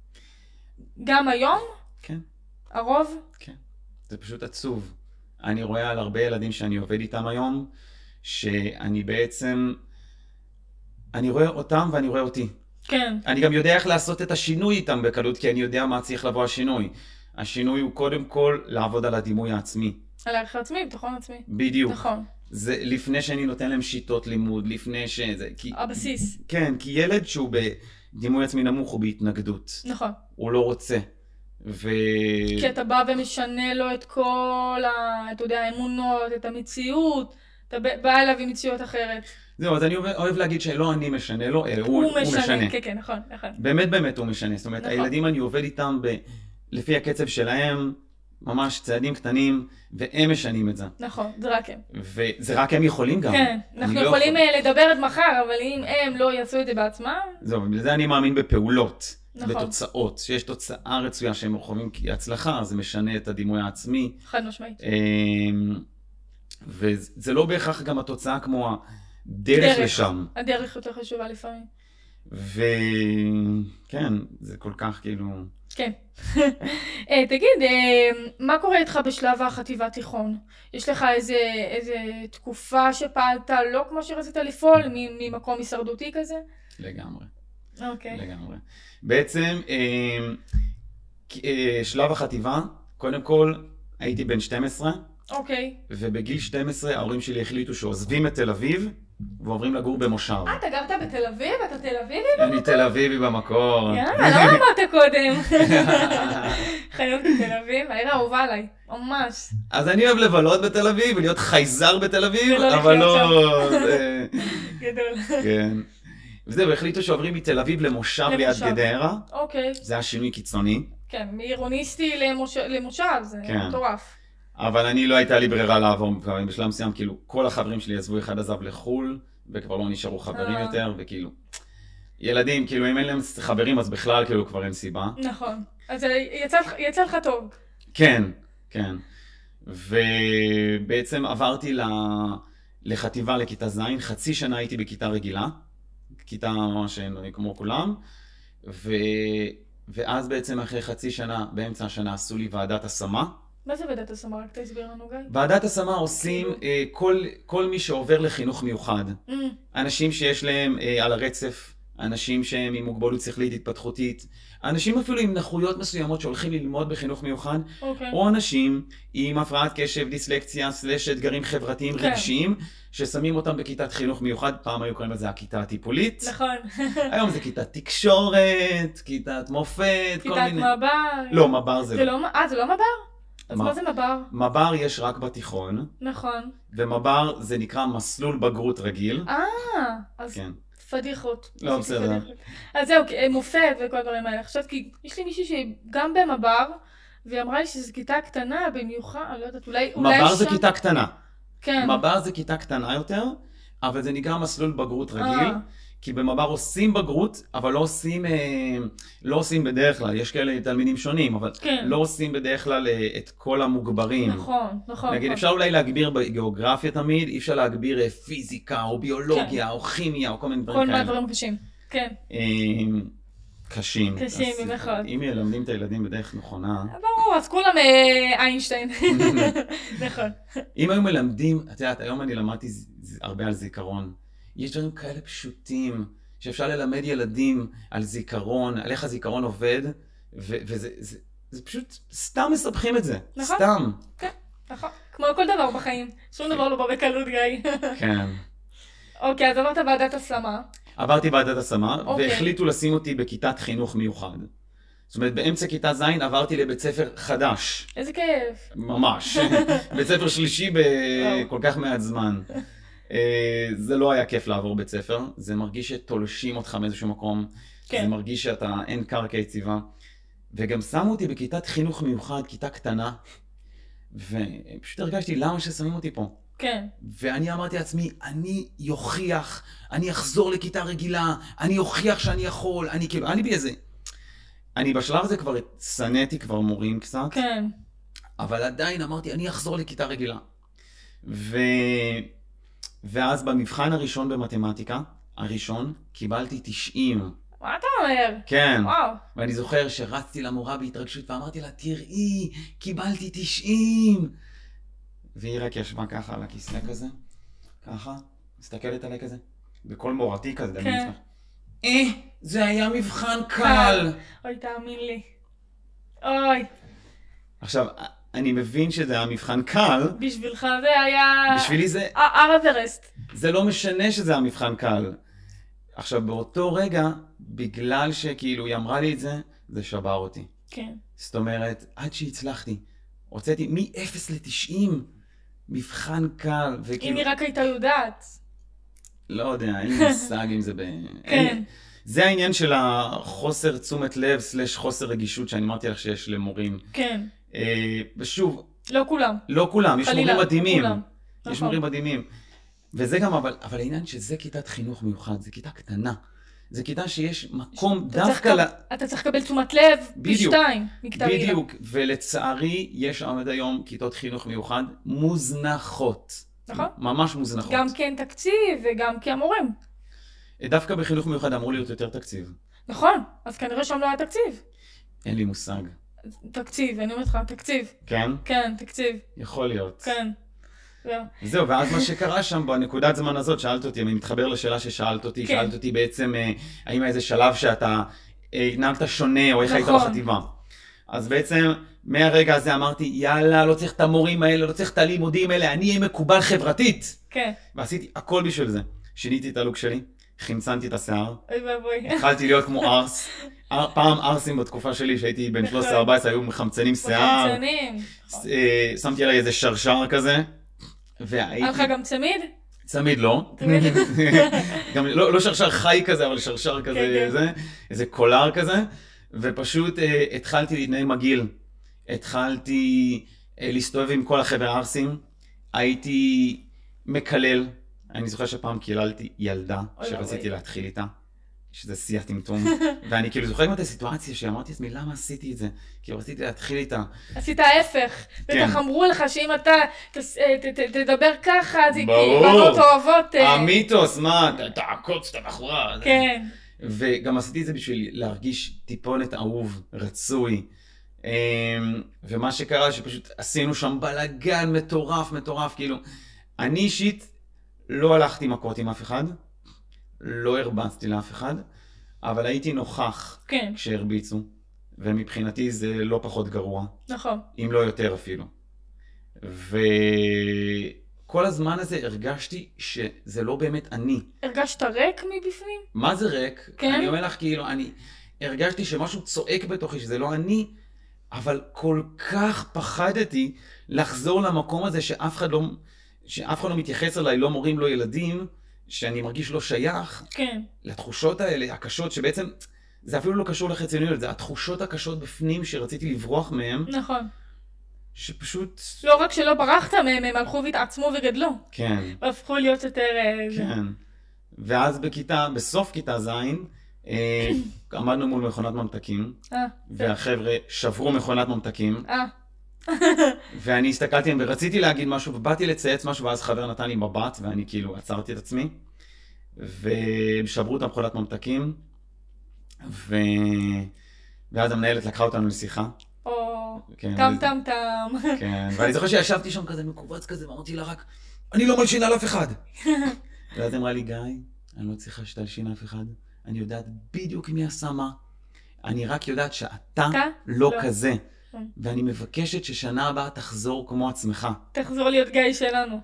גם היום? כן. הרוב? כן. זה פשוט עצוב. אני רואה על הרבה ילדים שאני עובד איתם היום, שאני בעצם, אני רואה אותם ואני רואה אותי. כן. אני גם יודע איך לעשות את השינוי איתם בקלות, כי אני יודע מה צריך לבוא השינוי. השינוי הוא קודם כל לעבוד על הדימוי העצמי. על הערך העצמי, ביטחון עצמי. בדיוק. נכון. זה לפני שאני נותן להם שיטות לימוד, לפני שזה... הבסיס. כן, כי ילד שהוא בדימוי עצמי נמוך הוא בהתנגדות. נכון. הוא לא רוצה. כי אתה בא ומשנה לו את כל אתה יודע, האמונות, את המציאות, אתה בא אליו עם מציאות אחרת. זהו, אז אני אוהב להגיד שלא אני משנה לו, הוא משנה. כן, כן, נכון, נכון. באמת הוא משנה. זאת אומרת, הילדים אני עובד איתם לפי הקצב שלהם, ממש צעדים קטנים, והם משנים את זה. נכון, זה רק הם. וזה רק הם יכולים גם. כן, אנחנו יכולים לדבר את מחר, אבל אם הם לא יעשו את זה בעצמם... זהו, ובלזה אני מאמין בפעולות. ותוצאות, שיש תוצאה רצויה שהם חווים כהצלחה, זה משנה את הדימוי העצמי. חד משמעית. וזה לא בהכרח גם התוצאה כמו הדרך לשם. הדרך יותר חשובה לפעמים. וכן, זה כל כך כאילו... כן. תגיד, מה קורה איתך בשלב החטיבה תיכון? יש לך איזה תקופה שפעלת לא כמו שרצית לפעול, ממקום הישרדותי כזה? לגמרי. אוקיי. לגמרי. בעצם, שלב החטיבה, קודם כל, הייתי בן 12. אוקיי. ובגיל 12 ההורים שלי החליטו שעוזבים את תל אביב, ועוברים לגור במושב. אתה גרת בתל אביב? אתה תל אביבי במקור? אני תל אביבי במקור. יאללה, לא אמרת קודם. חיות בתל אביב, העיר האהובה עליי, ממש. אז אני אוהב לבלות בתל אביב, ולהיות חייזר בתל אביב, אבל לא... גדול. כן. וזהו, החליטו שעוברים מתל אביב למושב ליד גדרה. אוקיי. זה היה שינוי קיצוני. כן, מעירוניסטי למושב, זה מטורף. אבל אני לא הייתה לי ברירה לעבור, בשלב מסוים, כאילו, כל החברים שלי עזבו, אחד עזב לחול, וכבר לא נשארו חברים יותר, וכאילו, ילדים, כאילו, אם אין להם חברים, אז בכלל, כאילו, כבר אין סיבה. נכון. אז יצא לך טוב. כן, כן. ובעצם עברתי לחטיבה, לכיתה ז', חצי שנה הייתי בכיתה רגילה, כיתה ממש כמו כולם, ואז בעצם אחרי חצי שנה, באמצע השנה, עשו לי ועדת השמה. מה זה ועדת השמה? רק תסביר לנו, גיא. ועדת השמה עושים כל מי שעובר לחינוך מיוחד. אנשים שיש להם על הרצף, אנשים שהם עם מוגבלות שכלית התפתחותית, אנשים אפילו עם נכויות מסוימות שהולכים ללמוד בחינוך מיוחד, או אנשים עם הפרעת קשב, דיסלקציה, סלש אתגרים חברתיים רגשיים, ששמים אותם בכיתת חינוך מיוחד, פעם היו קוראים לזה הכיתה הטיפולית. נכון. היום זה כיתת תקשורת, כיתת מופת, כל מיני... כיתת מב"ר. לא, מב"ר זה לא. זה לא מב"ר? אז מה זה מב"ר? מב"ר יש רק בתיכון. נכון. ומב"ר זה נקרא מסלול בגרות רגיל. אז כן. פדיחות. לא, בסדר. אז זהו, מופת וכל הדברים האלה. חשבת כי יש לי מישהי שגם במב"ר, והיא אמרה לי שזו כיתה קטנה במיוחד, אני לא יודעת, אולי מב"ר זה כיתה קטנה. כן. מב"ר זה כיתה קטנה יותר, אבל זה נקרא מסלול בגרות רגיל. כי במב"ר עושים בגרות, אבל לא עושים בדרך כלל, יש כאלה תלמידים שונים, אבל לא עושים בדרך כלל את כל המוגברים. נכון. נגיד, אפשר אולי להגביר בגיאוגרפיה תמיד, אי אפשר להגביר פיזיקה או ביולוגיה או כימיה או כל מיני דברים כאלה. כל מיני דברים קשים, כן. קשים. קשים, במיוחד. אם ילמדים את הילדים בדרך נכונה... ברור, אז כולם איינשטיין. נכון. אם היו מלמדים, את יודעת, היום אני למדתי הרבה על זיכרון. יש דברים כאלה פשוטים, שאפשר ללמד ילדים על זיכרון, על איך הזיכרון עובד, וזה פשוט, סתם מסבכים את זה. נכון. סתם. כן, נכון. כמו כל דבר בחיים. שום דבר לא בא בקלות, גיא. כן. אוקיי, אז עברת ועדת השמה. עברתי ועדת השמה, והחליטו לשים אותי בכיתת חינוך מיוחד. זאת אומרת, באמצע כיתה ז' עברתי לבית ספר חדש. איזה כיף. ממש. בית ספר שלישי בכל כך מעט זמן. זה לא היה כיף לעבור בית ספר, זה מרגיש שתולשים אותך מאיזשהו מקום, זה מרגיש שאתה אין קרקע יציבה, וגם שמו אותי בכיתת חינוך מיוחד, כיתה קטנה, ופשוט הרגשתי למה ששמים אותי פה. כן. ואני אמרתי לעצמי, אני יוכיח, אני אחזור לכיתה רגילה, אני אוכיח שאני יכול, אני כאילו, אני באיזה... אני בשלב הזה כבר סניתי כבר מורים קצת, כן. אבל עדיין אמרתי, אני אחזור לכיתה רגילה. ואז במבחן הראשון במתמטיקה, הראשון, קיבלתי 90. מה אתה אומר? כן. וואו. ואני זוכר שרצתי למורה בהתרגשות ואמרתי לה, תראי, קיבלתי 90. והיא רק ישבה ככה על הכיסא כזה, ככה, מסתכלת עליי כזה, בכל מורתי כזה. כן. זה היה מבחן קל. אוי, תאמין לי. אוי. עכשיו, אני מבין שזה היה מבחן קל. בשבילך זה היה... בשבילי זה... הר אברסט. זה לא משנה שזה היה מבחן קל. עכשיו, באותו רגע, בגלל שכאילו היא אמרה לי את זה, זה שבר אותי. כן. זאת אומרת, עד שהצלחתי, הוצאתי מ-0 ל-90, מבחן קל, וכאילו... אם היא רק הייתה יודעת. לא יודע, אין לי מושג אם זה כן. זה העניין של החוסר תשומת לב, סלש חוסר רגישות, שאני אמרתי לך שיש למורים. כן. ושוב... לא כולם. לא כולם, יש מורים מדהימים. יש נכון. מורים מדהימים. וזה גם, אבל העניין שזה כיתת חינוך מיוחד, זה כיתה קטנה. זה כיתה שיש מקום דווקא אתה צריך לקבל תשומת לב בדיוק, בשתיים, מכיתה רגילה. בדיוק, ולצערי יש עד היום כיתות חינוך מיוחד מוזנחות. נכון. ממש מוזנחות. גם כן תקציב וגם כמורים. דווקא בחינוך מיוחד אמור להיות יותר תקציב. נכון, אז כנראה שם לא היה תקציב. אין לי מושג. תקציב, אני אומרת לך, תקציב. כן? כן, תקציב. יכול להיות. כן. זהו, ואז מה שקרה שם בנקודת זמן הזאת, שאלת אותי, אני מתחבר לשאלה ששאלת אותי, שאלת אותי בעצם, האם איזה שלב שאתה התנהגת שונה, או איך היית בחטיבה. אז בעצם, מהרגע הזה אמרתי, יאללה, לא צריך את המורים האלה, לא צריך את הלימודים האלה, אני אהיה מקובל חברתית. כן. ועשיתי הכל בשביל זה. שיניתי את הלוק שלי, חמצנתי את השיער. אוי ואבוי. התחלתי להיות כמו ארס. פעם ארסים בתקופה שלי, שהייתי בן 13-14, היו מחמצנים שיער. מחמצנים. שמתי עליי איזה שרשר כזה. היה לך גם צמיד? צמיד לא. גם לא שרשר חי כזה, אבל שרשר כזה, איזה קולר כזה. ופשוט התחלתי להתנהג מגעיל. התחלתי להסתובב עם כל החבר ארסים. הייתי מקלל. אני זוכר שפעם קיללתי ילדה שרציתי להתחיל איתה. שזה שיא הטמטום. ואני כאילו זוכר את הסיטואציה שאמרתי לעצמי, למה עשיתי את זה? כי רציתי להתחיל איתה. עשית ההפך. בטח אמרו לך שאם אתה תדבר ככה, אז בנות אוהבות... המיתוס, מה? תעקוץ את הבחורה. כן. וגם עשיתי את זה בשביל להרגיש טיפונת אהוב, רצוי. ומה שקרה שפשוט עשינו שם בלגן מטורף, כאילו. אני אישית לא הלכתי מכות עם אף אחד. לא הרבצתי לאף אחד, אבל הייתי נוכח כשהרביצו, ומבחינתי זה לא פחות גרוע. נכון. אם לא יותר אפילו. וכל הזמן הזה הרגשתי שזה לא באמת אני. הרגשת ריק מבפנים? מה זה ריק? כן? אני אומר לך כאילו, אני הרגשתי שמשהו צועק בתוכי, שזה לא אני, אבל כל כך פחדתי לחזור למקום הזה שאף אחד לא מתייחס אליי, לא מורים, לא ילדים, שאני מרגיש לא שייך, כן. לתחושות האלה, הקשות, שבעצם זה אפילו לא קשור לחיצוניות, זה התחושות הקשות בפנים שרציתי לברוח מהם. נכון. שפשוט... לא רק שלא ברחת מהם, הם הלכו והתעצמו וגדלו. כן. והפכו להיות יותר... כן. ואז בסוף כיתה ז', עמדנו מול מכונת ממתקים, והחבר'ה שברו מכונת ממתקים. ואני הסתכלתי ורציתי להגיד משהו, ובאתי לצייץ משהו, ואז חבר נתן לי מבט, ואני כאילו עצרתי את עצמי, והם שברו את המכונת ממתקים, ואז המנהלת לקחה אותנו לשיחה. טם. כן, ואני זוכר שישבתי שם כזה מקובץ כזה, ואמרתי לה רק, אני לא מלשין על אף אחד. ואז אמרה לי, גיא, אני לא צריכה שתלשין אף אחד, אני יודעת בדיוק מי עשה מה, אני רק יודעת שאתה לא כזה. ואני מבקשת ששנה הבאה תחזור כמו עצמך. תחזור להיות גיא שלנו.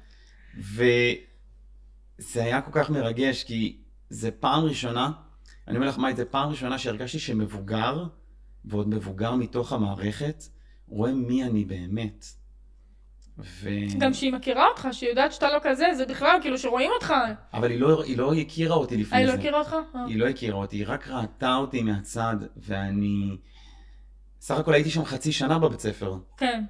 וזה היה כל כך מרגש, כי זה פעם ראשונה, אני אומר לך מה, זה פעם ראשונה שהרגשתי שמבוגר, ועוד מבוגר מתוך המערכת, רואה מי אני באמת. גם שהיא מכירה אותך, שהיא יודעת שאתה לא כזה, זה בכלל כאילו שרואים אותך. אבל היא לא הכירה אותי לפני זה. היא לא הכירה אותך? היא לא הכירה אותי, היא רק ראתה אותי מהצד, ואני... סך הכל הייתי שם חצי שנה בבית ספר. כן.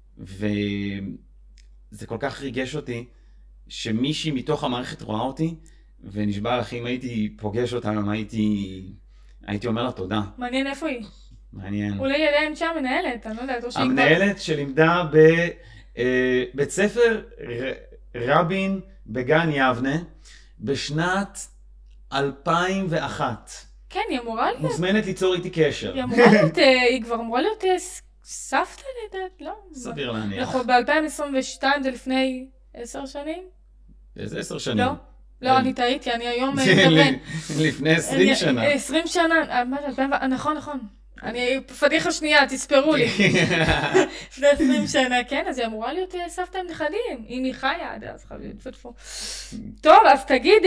וזה כל כך ריגש אותי, שמישהי מתוך המערכת רואה אותי, ונשבע לך, אם הייתי פוגש אותה, הייתי אומר לה תודה. מעניין איפה היא? מעניין. אולי עדיין שם מנהלת, אני לא יודעת. המנהלת שלימדה בבית ספר רבין בגן יבנה, בשנת 2001. כן, היא אמורה להיות. מוזמנת ליצור איתי קשר. היא אמורה להיות, היא כבר אמורה להיות סבתא לדעת, לא? סביר להניח. אנחנו ב-2022, זה לפני 10 שנים? איזה 10 שנים? לא, לא, אני טעיתי, אני היום... לפני 20 שנה. 20 שנה, נכון. אני פדיחה שנייה, תספרו לי. לפני 20 שנה, כן, אז היא אמורה להיות סבתא עם נכדים. אם היא חיה, אז חייב להיות פטפו. טוב, אז תגיד...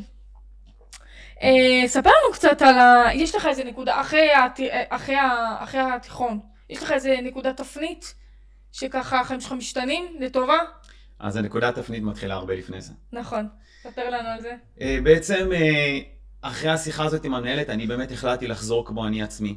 ספר לנו קצת על יש לך איזה נקודה, אחרי התיכון, יש לך איזה נקודה תפנית, שככה החיים שלך משתנים לטובה? אז הנקודה התפנית מתחילה הרבה לפני זה. נכון, ספר לנו על זה. בעצם, אחרי השיחה הזאת עם המנהלת, אני באמת החלטתי לחזור כמו אני עצמי.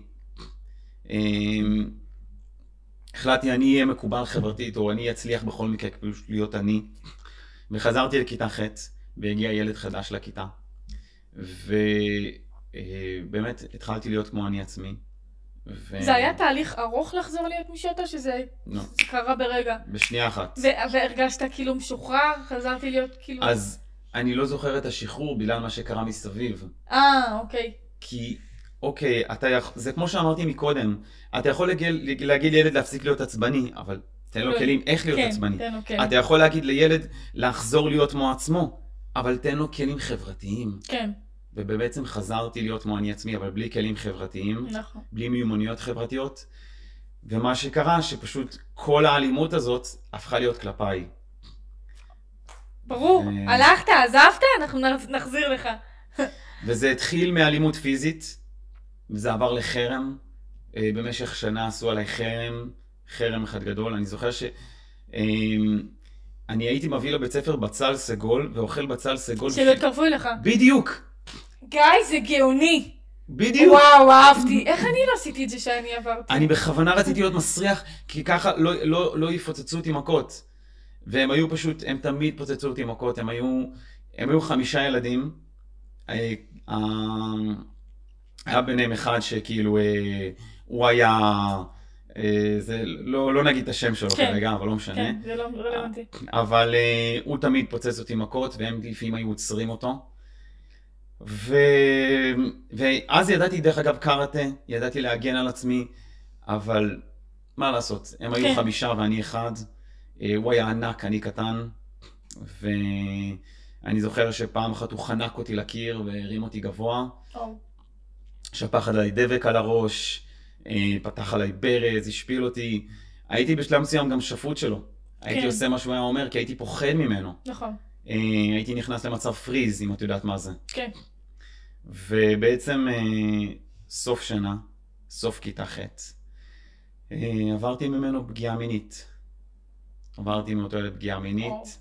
החלטתי, אני אהיה מקובל חברתית, או אני אצליח בכל מקרה להיות אני. וחזרתי לכיתה ח' והגיע ילד חדש לכיתה. באמת התחלתי להיות כמו אני עצמי. זה היה תהליך ארוך לחזור להיות מי שאתה, שזה קרה ברגע? בשנייה אחת. והרגשת כאילו משוחרר? חזרתי להיות כאילו... אז אני לא זוכר את השחרור בגלל מה שקרה מסביב. אוקיי. כי, אוקיי, זה כמו שאמרתי מקודם, אתה יכול להגיד לילד להפסיק להיות עצבני, אבל תן לו כלים איך להיות עצבני. אתה יכול להגיד לילד לחזור להיות כמו עצמו, אבל תן לו כלים חברתיים. כן. ובעצם חזרתי להיות כמו אני עצמי, אבל בלי כלים חברתיים, נכון. בלי מיומנויות חברתיות, ומה שקרה שפשוט כל האלימות הזאת הפכה להיות כלפיי. ברור, הלכת, עזבת, אנחנו נחזיר לך. וזה התחיל מאלימות פיזית, וזה עבר לחרם. במשך שנה עשו עליי חרם אחד גדול. אני זוכר אני הייתי מביא לבית ספר בצל סגול, ואוכל בצל סגול. שלא התקרבו אליך. בדיוק. גיא, זה גאוני. בדיוק. וואו, אהבתי. איך אני לא עשיתי את זה שאני עברתי? אני בכוונה רציתי להיות מסריח, כי ככה לא יפוצצו אותי מכות. והם היו פשוט, הם תמיד פוצצו אותי מכות. הם היו 5 ילדים. היה ביניהם אחד שכאילו, הוא היה, זה לא נגיד את השם שלו כרגע, אבל לא משנה. כן, זה לא רלוונטי. אבל הוא תמיד פוצץ אותי מכות, והם לפעמים היו עוצרים אותו. ואז ידעתי דרך אגב קראטה, ידעתי להגן על עצמי, אבל מה לעשות, הם היו 5 ואני 1, הוא היה ענק, אני קטן, ואני זוכר שפעם אחת הוא חנק אותי לקיר והרים אותי גבוה, שפך עליי דבק על הראש, פתח עליי ברז, השפיל אותי, הייתי בשלב מסוים גם שפוט שלו, הייתי עושה מה שהוא היה אומר, כי הייתי פוחד ממנו. נכון. הייתי נכנס למצב פריז, אם את יודעת מה זה. כן. ובעצם סוף שנה, סוף כיתה ח', עברתי ממנו פגיעה מינית. עברתי מאותו ילד פגיעה מינית.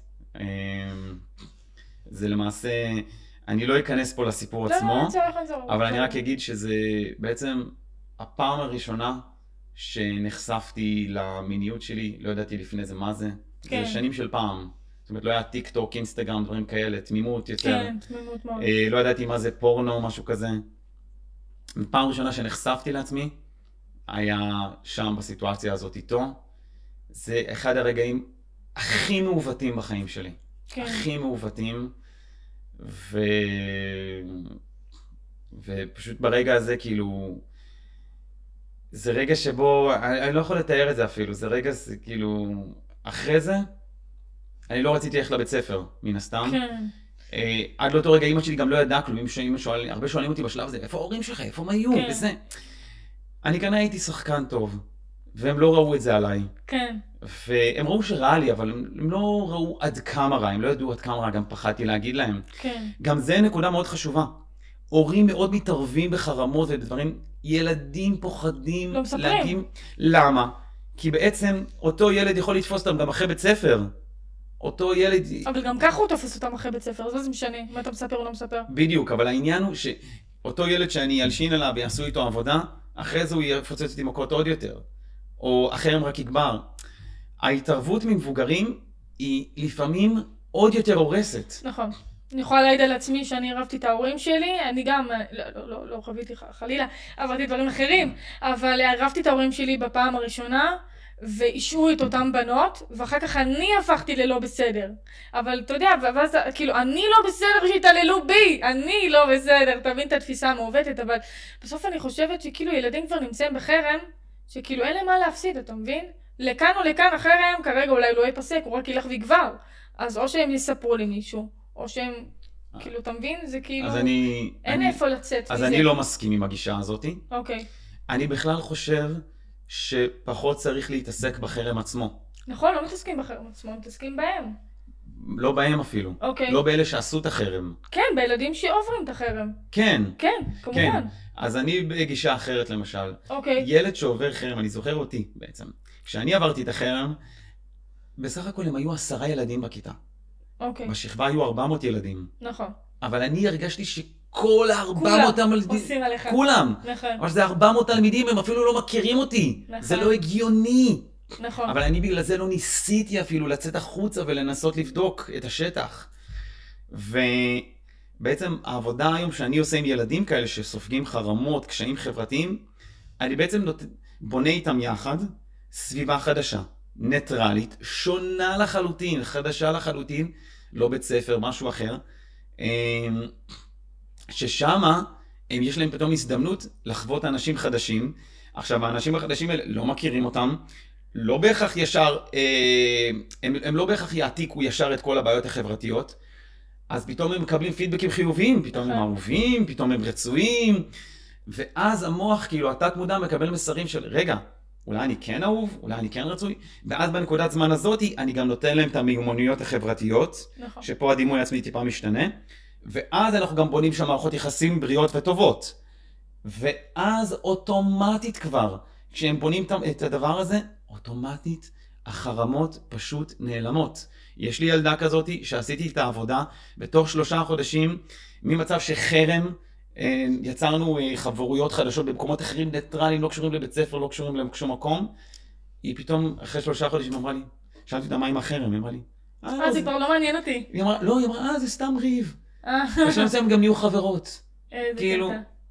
זה למעשה, אני לא אכנס פה לסיפור עצמו, אבל אני רק אגיד שזה בעצם הפעם הראשונה שנחשפתי למיניות שלי, לא ידעתי לפני זה מה זה. זה שנים של פעם. זאת אומרת, לא היה טיק טוק, אינסטגרם, דברים כאלה, תמימות יותר. כן, תמימות מאוד. לא ידעתי מה זה פורנו, משהו כזה. פעם ראשונה שנחשפתי לעצמי, היה שם בסיטואציה הזאת איתו. זה אחד הרגעים הכי מעוותים בחיים שלי. כן. הכי מעוותים. ופשוט ברגע הזה, כאילו, זה רגע שבו, אני לא יכול לתאר את זה אפילו, זה רגע, זה כאילו, אחרי זה, אני לא רציתי ללכת לבית ספר, מן הסתם. כן. עד לאותו רגע, אמא שלי גם לא ידעה כלום, הרבה שואלים אותי בשלב הזה, איפה ההורים שלך, איפה הם היו, כן. וזה. אני כנראה הייתי שחקן טוב, והם לא ראו את זה עליי. כן. והם ראו שרע לי, אבל הם לא ראו עד כמה רע, הם לא ידעו עד כמה רע, גם פחדתי להגיד להם. כן. גם זה נקודה מאוד חשובה. הורים מאוד מתערבים בחרמות ובדברים, ילדים פוחדים לא מספרים. למה? כי בעצם אותו ילד יכול לתפוס אותם גם אחרי בית ספר. אותו ילד... אבל גם ככה הוא תופס אותם אחרי בית ספר, אז זה משנה, מה אתה מספר או לא מספר? בדיוק, אבל העניין הוא שאותו ילד שאני אלשין עליו ויעשו איתו עבודה, אחרי זה הוא יפוצץ אותי מכות עוד יותר. או אחריהם רק יגבר. ההתערבות ממבוגרים היא לפעמים עוד יותר הורסת. נכון. אני יכולה להעיד על עצמי שאני ערבתי את ההורים שלי, אני גם, לא חוויתי חלילה, עברתי דברים אחרים, אבל ערבתי את ההורים שלי בפעם הראשונה, ואישרו את אותם בנות, ואחר כך אני הפכתי ללא בסדר. אבל אתה יודע, ואז כאילו, אני לא בסדר שהתעללו בי, אני לא בסדר, תבין את התפיסה המעוותת, אבל בסוף אני חושבת שכאילו ילדים כבר נמצאים בחרם, שכאילו אין להם מה להפסיד, אתה מבין? לכאן או לכאן החרם, כרגע אולי לא ייפסק, הוא רק ילך ויגבר. אז או שהם יספרו לי מישהו, או שהם, כאילו, אתה מבין? זה כאילו, אין איפה לצאת מזה. אז אני לא מסכים עם הגישה הזאת. אוקיי. אני בכלל חושב שפחות צריך להתעסק בחרם עצמו. נכון, לא מתעסקים בחרם עצמו, מתעסקים בהם. לא בהם אפילו. אוקיי. לא באלה שעשו את החרם. כן, בילדים שעוברים את החרם. כן. כן, כמובן. כן. אז אני בגישה אחרת למשל. אוקיי. ילד שעובר חרם, אני זוכר אותי בעצם. כשאני עברתי את החרם, בסך הכל הם היו 10 ילדים בכיתה. אוקיי. בשכבה היו 400 ילדים. נכון. אבל אני הרגשתי שכל 400 תלמידים... עושים עליך. כולם. נכון. אבל זה 400 תלמידים, הם אפילו לא מכירים אותי. נכון. זה לא הגיוני. נכון. אבל אני בגלל זה לא ניסיתי אפילו לצאת החוצה ולנסות לבדוק את השטח. בעצם העבודה היום שאני עושה עם ילדים כאלה שסופגים חרמות, קשיים חברתיים, אני בעצם בונה איתם יחד סביבה חדשה, ניטרלית, שונה לחלוטין, חדשה לחלוטין, לא בית ספר, משהו אחר, ששמה יש להם פתאום הזדמנות לחוות אנשים חדשים. עכשיו, האנשים החדשים האלה לא מכירים אותם, לא בהכרח ישר, הם לא בהכרח יעתיקו ישר את כל הבעיות החברתיות, אז פתאום הם מקבלים פידבקים חיוביים, פתאום הם אהובים, פתאום הם רצויים, ואז המוח, כאילו, התת מודע מקבל מסרים של, רגע, אולי אני כן אהוב, אולי אני כן רצוי, ואז בנקודת זמן הזאת, אני גם נותן להם את המיומנויות החברתיות, נכון. שפה הדימוי עצמי טיפה משתנה, ואז אנחנו גם בונים שם מערכות יחסים בריאות וטובות. ואז אוטומטית כבר, כשהם בונים את הדבר הזה, אוטומטית החרמות פשוט נעלמות. יש לי ילדה כזאת שעשיתי את העבודה בתוך 3 חודשים, ממצב שחרם, יצרנו חברויות חדשות במקומות אחרים ניטרליים, לא קשורים לבית ספר, לא קשורים לשום מקום. היא פתאום אחרי 3 חודשים אמרה לי, שאלתי אותה מה עם החרם, היא אמרה לי, זה כבר לא מעניין אותי. היא אמרה, זה סתם ריב. בשלב מסוים גם נהיו חברות. כאילו...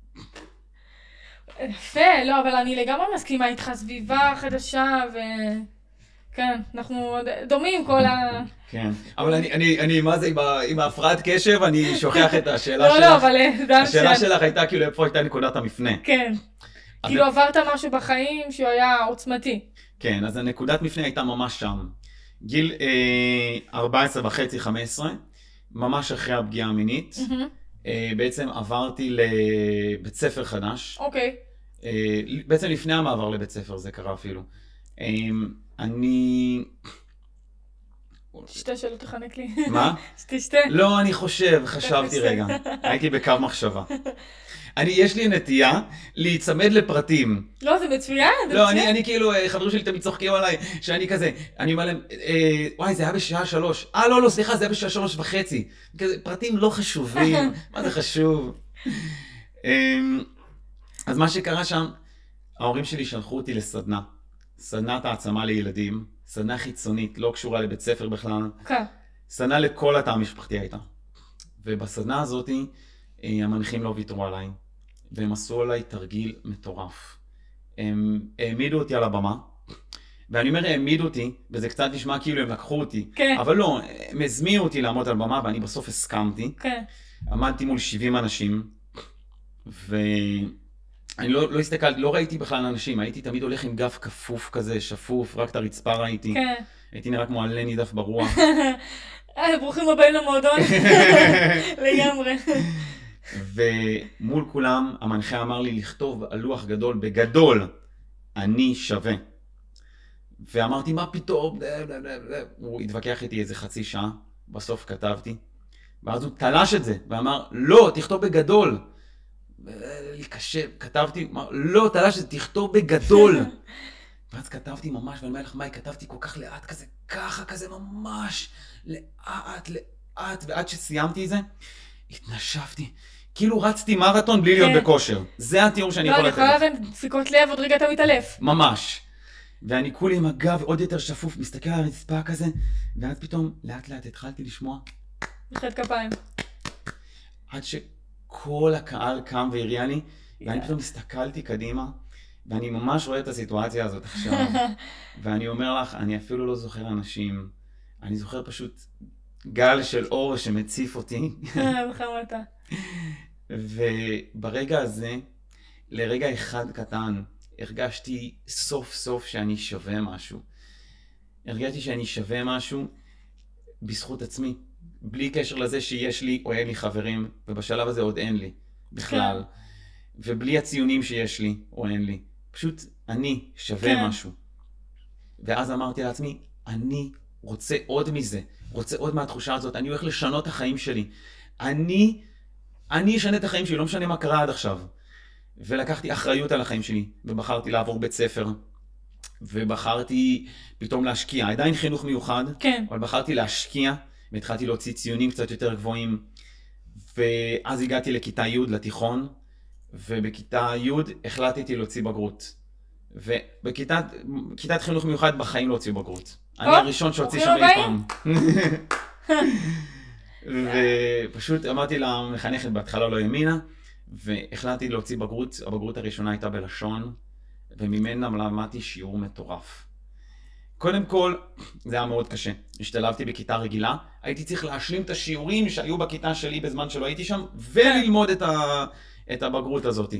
יפה, לא, אבל אני לגמרי מסכימה איתך, סביבה חדשה כן, אנחנו דומים כל כן, אבל אני מה זה, עם ההפרעת קשב, אני שוכח את השאלה שלך. לא, אבל... השאלה שלך הייתה כאילו איפה הייתה נקודת המפנה. כן, כאילו עברת משהו בחיים שהוא היה עוצמתי. כן, אז הנקודת מפנה הייתה ממש שם. גיל 14.5-15, ממש אחרי הפגיעה המינית, בעצם עברתי לבית ספר חדש. אוקיי. בעצם לפני המעבר לבית ספר זה קרה אפילו. אני... שתי שאלות תחנק לי. מה? שתי. לא, אני חשבתי רגע. הייתי בקו מחשבה. יש לי נטייה להיצמד לפרטים. לא, זה מצוין. לא, אני כאילו, חברים שלי תמיד צוחקים עליי, שאני כזה, אני אומר להם, וואי, זה היה בשעה 3. לא, סליחה, זה היה בשעה 3:30. כזה, פרטים לא חשובים. מה זה חשוב? אז מה שקרה שם, ההורים שלי שלחו אותי לסדנה. סדנת העצמה לילדים, סדנה חיצונית, לא קשורה לבית ספר בכלל. כן. סדנה לכל התא המשפחתי הייתה. ובסדנה הזאת, המנחים לא ויתרו עליי, והם עשו עליי תרגיל מטורף. הם העמידו אותי על הבמה, ואני אומר העמידו אותי, וזה קצת נשמע כאילו הם לקחו אותי, כן. אבל לא, הם הזמינו אותי לעמוד על במה, ואני בסוף הסכמתי. כן. עמדתי מול 70 אנשים, אני לא הסתכלתי, לא ראיתי בכלל אנשים, הייתי תמיד הולך עם גף כפוף כזה, שפוף, רק את הרצפה ראיתי. כן. הייתי נראה כמו עלה נידף ברוח. ברוכים הבאים למועדון. לגמרי. ומול כולם המנחה אמר לי לכתוב על לוח גדול, בגדול, אני שווה. ואמרתי, מה פתאום? הוא התווכח איתי איזה חצי שעה, בסוף כתבתי. ואז הוא תלש את זה, ואמר, לא, תכתוב בגדול. לי קשה, כתבתי, לא, תלש את זה, תכתוב בגדול. ואז כתבתי ממש, ואני אומר לך, מאי, כתבתי כל כך לאט כזה, ככה כזה ממש, לאט, ועד שסיימתי את זה, התנשפתי. כאילו רצתי מרתון בלי להיות בכושר. זה התיאור שאני יכול לתת. לא, אני יכולה להבין דפיקות לב, עוד רגע אתה מתעלף. ממש. ואני כולי עם הגב עוד יותר שפוף, מסתכל על הרצפה כזה, ואז פתאום לאט לאט התחלתי לשמוע. מחיאות כפיים. עד שכל הקהל קם והריע לי, ואני פתאום הסתכלתי קדימה, ואני ממש רואה את הסיטואציה הזאת עכשיו, ואני אומר לך, אני אפילו לא זוכר אנשים, אני זוכר פשוט גל של אור שמציף אותי. בחמתה. וברגע הזה, לרגע אחד קטן, הרגשתי סוף סוף שאני שווה משהו. הרגשתי שאני שווה משהו בזכות עצמי. בלי קשר לזה שיש לי או אין לי חברים, ובשלב הזה עוד אין לי בכלל. ובלי הציונים שיש לי או אין לי. פשוט אני שווה משהו. ואז אמרתי לעצמי, אני רוצה עוד מזה. רוצה עוד מהתחושה הזאת. אני הולך לשנות את החיים שלי. אני אשנה את החיים שלי, לא משנה מה קרה עד עכשיו. ולקחתי אחריות על החיים שלי, ובחרתי לעבור בית ספר, ובחרתי פתאום להשקיע. עדיין חינוך מיוחד, אבל בחרתי להשקיע, והתחלתי להוציא ציונים קצת יותר גבוהים, ואז הגעתי לכיתה י' לתיכון, ובכיתה י' החלטתי להוציא בגרות. ובכיתת חינוך מיוחד בחיים לא הוציאו בגרות. אני הראשון שהוציא שם אי פעם. ופשוט אמרתי למחנכת, בהתחלה לא האמינה, והחלטתי להוציא בגרות. הבגרות הראשונה הייתה בלשון, וממנה למדתי שיעור מטורף. קודם כל, זה היה מאוד קשה. השתלבתי בכיתה רגילה, הייתי צריך להשלים את השיעורים שהיו בכיתה שלי בזמן שלא הייתי שם, וללמוד את הבגרות הזאת.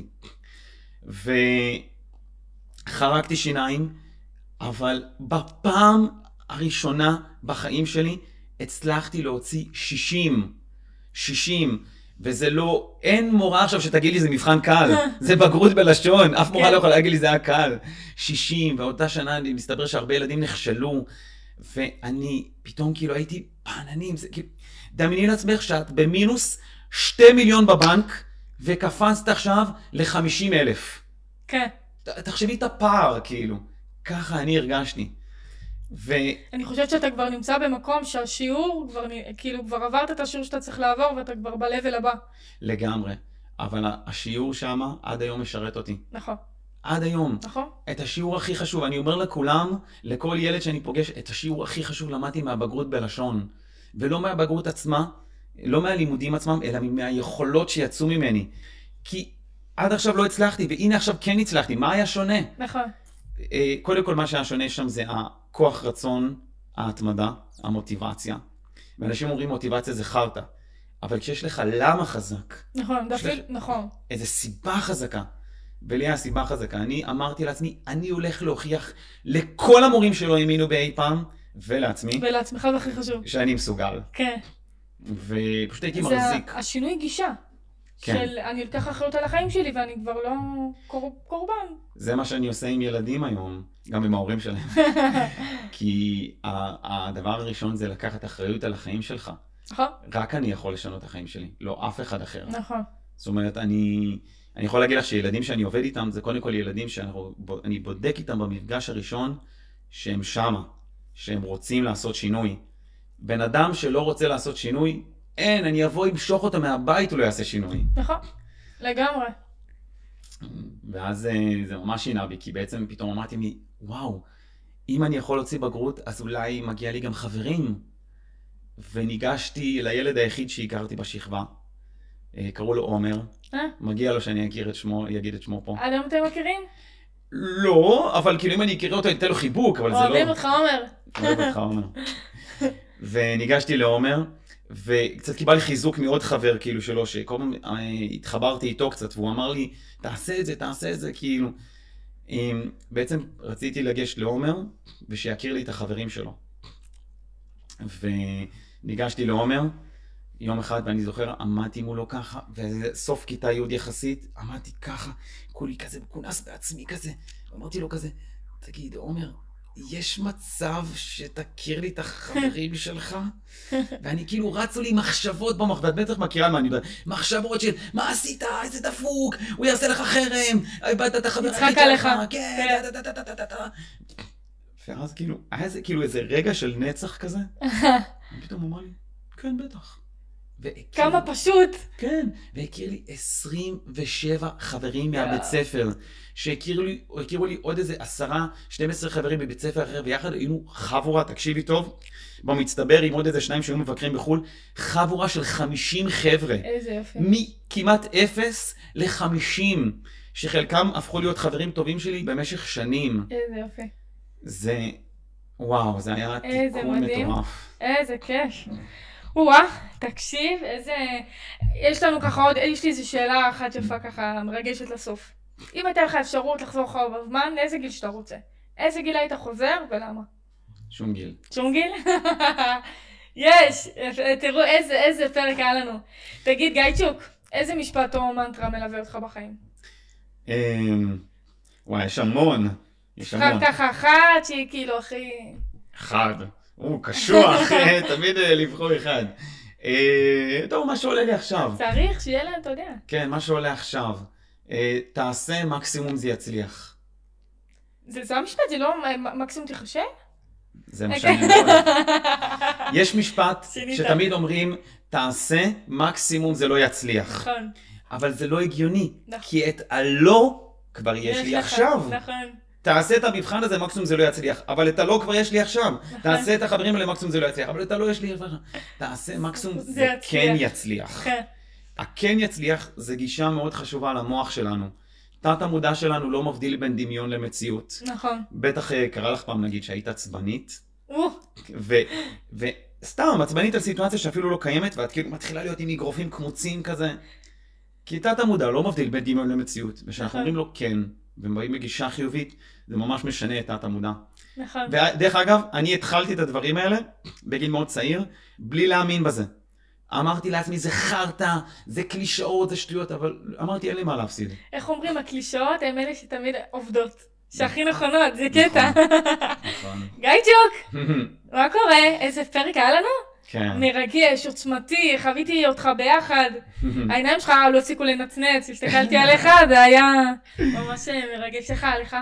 וחרקתי שיניים, אבל בפעם הראשונה בחיים שלי, הצלחתי להוציא 60, וזה לא, אין מורה עכשיו שתגיד לי זה מבחן קל, זה בגרות בלשון, אף מורה לא יכולה להגיד לי זה היה קל, 60, ואותה שנה אני מסתבר שהרבה ילדים נכשלו, ואני פתאום כאילו הייתי פעננים, דמייני לעצמך שאת במינוס 2 מיליון בבנק, וקפצת עכשיו ל-50,000. כן. תחשבי את הפער כאילו, ככה אני הרגשתי. אני חושבת שאתה כבר נמצא במקום שהשיעור, כבר עברת את השיעור שאתה צריך לעבור, ואתה כבר ב-level הבא. לגמרי. אבל השיעור שם עד היום משרת אותי. נכון. עד היום. נכון. את השיעור הכי חשוב, אני אומר לכולם, לכל ילד שאני פוגש, את השיעור הכי חשוב למדתי מהבגרות בלשון. ולא מהבגרות עצמה, לא מהלימודים עצמם, אלא מהיכולות שיצאו ממני. כי עד עכשיו לא הצלחתי, והנה עכשיו כן הצלחתי. מה היה שונה? נכון. קודם כל מה שהיה שונה שם זה הכוח רצון, ההתמדה, המוטיבציה. ואנשים אומרים מוטיבציה זה חרטה. אבל כשיש לך למה חזק. נכון, נכון. איזו סיבה חזקה. ולי היה סיבה חזקה. אני אמרתי לעצמי, אני הולך להוכיח לכל המורים שלא האמינו באי פעם, ולעצמי. ולעצמך זה הכי חשוב. שאני מסוגל. כן. ופשוט הייתי מחזיק. זה השינוי גישה. כן. של אני לוקח אחריות על החיים שלי ואני כבר לא קורבן. זה מה שאני עושה עם ילדים היום, גם עם ההורים שלהם. כי הדבר הראשון זה לקחת אחריות על החיים שלך. נכון. רק אני יכול לשנות את החיים שלי, לא אף אחד אחר. נכון. זאת אומרת, אני יכול להגיד לך שילדים שאני עובד איתם, זה קודם כל ילדים שאני בודק איתם במפגש הראשון, שהם שמה, שהם רוצים לעשות שינוי. בן אדם שלא רוצה לעשות שינוי, אין, אני אבוא למשוך אותו מהבית, הוא לא יעשה שינוי. נכון, לגמרי. ואז זה ממש שינה בי, כי בעצם פתאום אמרתי לי, וואו, אם אני יכול להוציא בגרות, אז אולי מגיע לי גם חברים. וניגשתי לילד היחיד שהכרתי בשכבה, קראו לו עומר, מגיע לו שאני אגיד את שמו פה. עד היום אתם מכירים? לא, אבל כאילו אם אני אכיר אותו, אני אתן לו חיבוק, אבל זה לא... אוהבים אותך עומר. אוהב אותך עומר. וניגשתי לעומר, וקצת קיבל חיזוק מעוד חבר כאילו שלו, שכל פעם התחברתי איתו קצת, והוא אמר לי, תעשה את זה, כאילו. בעצם רציתי לגשת לעומר, ושיכיר לי את החברים שלו. וניגשתי לעומר, יום אחד, ואני זוכר, עמדתי מולו ככה, וסוף כיתה י' יחסית, עמדתי ככה, כולי כזה מכונס בעצמי כזה, אמרתי לו כזה, תגיד, עומר, יש מצב שתכיר לי את החברים שלך? ואני כאילו רצו לי מחשבות במחשבות, ואת בטח מכירה מה אני יודע, מחשבות של, מה עשית? איזה דפוק, הוא יעשה לך חרם, איבדת את החבר הכי שלך, כן, ואז כאילו, איזה רגע של נצח כזה, ופתאום אמר לי, כן, בטח. כמה פשוט. כן, והכיר לי 27 חברים מהבית ספר, שהכירו לי עוד איזה 10-12 חברים בבית ספר אחר, ויחד היינו חבורה, תקשיבי טוב, במצטבר עם עוד איזה 2 שהיו מבקרים בחול, חבורה של 50 חבר'ה. איזה יופי. מכמעט 0 ל-50, שחלקם הפכו להיות חברים טובים שלי במשך שנים. איזה יופי. זה, וואו, זה היה תיקון מטורף. איזה כיף. תקשיב, יש לנו ככה עוד, יש לי איזו שאלה אחת יפה ככה מרגשת לסוף. אם הייתה לך אפשרות לחזור אחורה בזמן, לאיזה גיל שאתה רוצה? איזה גיל היית חוזר ולמה? שום גיל. שום גיל? יש, תראו איזה פרק היה לנו. תגיד גייצ'וק, איזה משפט או מנטרה מלווה אותך בחיים? וואי, יש המון. ככה אחת שהיא כאילו הכי... אחד. קשוח, תמיד לבחור אחד. טוב, מה שעולה לי עכשיו. צריך שיהיה להם, אתה יודע. כן, מה שעולה עכשיו. תעשה, מקסימום זה יצליח. זה המשפט, זה לא מקסימום תחשב? זה מה שאני אומר. יש משפט שתמיד אומרים, תעשה, מקסימום זה לא יצליח. נכון. אבל זה לא הגיוני, כי את הלא כבר יש לי עכשיו. נכון. תעשה את המבחן הזה, מקסימום זה לא יצליח. אבל את הלא כבר יש לי עכשיו. תעשה את החברים האלה, מקסימום זה לא יצליח. אבל את הלא יש לי עכשיו. תעשה מקסימום זה כן יצליח. הכן יצליח זה גישה מאוד חשובה למוח שלנו. תת המודע שלנו לא מבדיל בין דמיון למציאות. נכון. בטח קרה לך פעם נגיד שהיית עצבנית. וסתם עצבנית על סיטואציה שאפילו לא קיימת, ואת כאילו מתחילה להיות עם אגרופים קמוצים כזה. כי תת המודע לא מבדיל בין דמיון למציאות. ושאנחנו אומרים לו כן, ובאים בגישה חיובית, זה ממש משנה את תת המודע. נכון. ודרך אגב, אני התחלתי את הדברים האלה בגיל מאוד צעיר, בלי להאמין בזה. אמרתי לעצמי, זה חרטה, זה קלישאות, זה שטויות, אבל אמרתי, אין לי מה להפסיד. איך אומרים, הקלישאות הם אלה שתמיד עובדות. שהכי נכונות, זה קטע. נכון. גייצ'וק, מה קורה? איזה פרק היה לנו? כן. מרגש, עוצמתי, חוויתי אותך ביחד. העיניים שלך לא הפסיקו לנצנץ, הסתכלתי עליך, זה היה ממש מרגש. לך, עליך.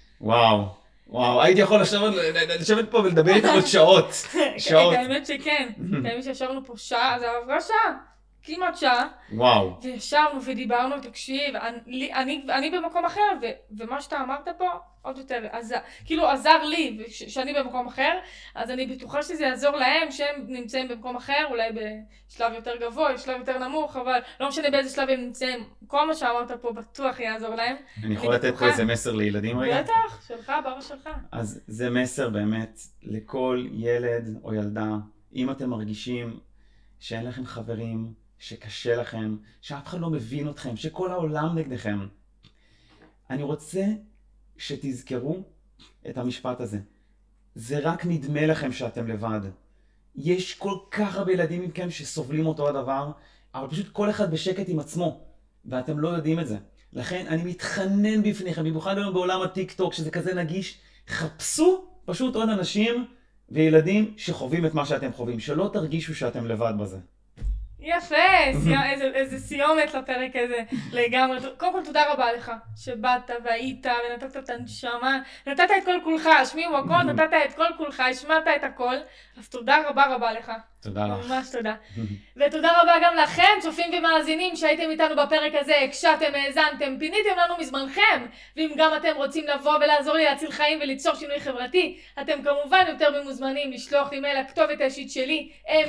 וואו, הייתי יכול לשבת פה ולדבר איתך עוד שעות. האמת שכן, האמת שישבנו פה שעה, זה עברה שעה, כמעט שעה. וואו. וישבנו ודיברנו, תקשיב, אני במקום אחר, ומה שאתה אמרת פה, עוד יותר, כאילו עזר לי, שאני במקום אחר, אז אני בטוחה שזה יעזור להם, שהם נמצאים במקום אחר, אולי בשלב יותר גבוה, בשלב יותר נמוך, אבל לא משנה באיזה שלב הם נמצאים, כל מה שאמרת פה בטוח יעזור להם. אני יכול לתת פה איזה מסר לילדים רגע? בטח, שלך, בראש שלך. אז זה מסר באמת לכל ילד או ילדה, אם אתם מרגישים שאין לכם חברים, שקשה לכם, שאף אחד לא מבין אתכם, שכל העולם נגדכם. אני רוצה שתזכרו את המשפט הזה. זה רק נדמה לכם שאתם לבד. יש כל כך הרבה ילדים מכם שסובלים אותו הדבר, אבל פשוט כל אחד בשקט עם עצמו, ואתם לא יודעים את זה. לכן אני מתחנן בפניכם, במיוחד היום בעולם הטיק טוק, שזה כזה נגיש, חפשו פשוט עוד אנשים וילדים שחווים את מה שאתם חווים, שלא תרגישו שאתם לבד בזה. יפה, איזה סיומת לפרק הזה, לגמרי. קודם כל תודה רבה לך, שבאת והיית ונתת את הנשמה, נתת את כל כולך, השמיעו הכל, נתת את כל כולך, השמעת את הכל, אז תודה רבה לך. תודה לך. ממש תודה. ותודה רבה גם לכם, צופים ומאזינים שהייתם איתנו בפרק הזה, הקשבתם, האזנתם, פיניתם לנו מזמנכם, ואם גם אתם רוצים לבוא ולעזור לי להציל חיים וליצור שינוי חברתי, אתם כמובן יותר ממוזמנים לשלוח לי מייל לכתובת האישית שלי,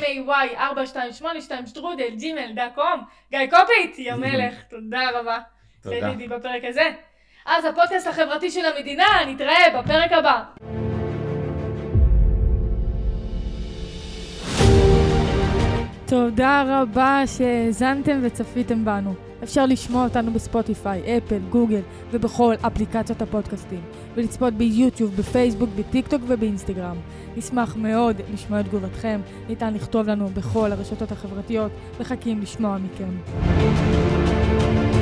may4282@gmail.com. גיא קופית, יא מלך, תודה רבה. תודה. שהייתי בפרק הזה. אז הפודקאסט החברתי של המדינה, נתראה בפרק הבא. תודה רבה שהאזנתם וצפיתם בנו. אפשר לשמוע אותנו בספוטיפיי, אפל, גוגל ובכל אפליקציות הפודקאסטים, ולצפות ביוטיוב, בפייסבוק, בטיקטוק ובאינסטגרם. נשמח מאוד לשמוע את תגובתכם, ניתן לכתוב לנו בכל הרשתות החברתיות, מחכים לשמוע מכם.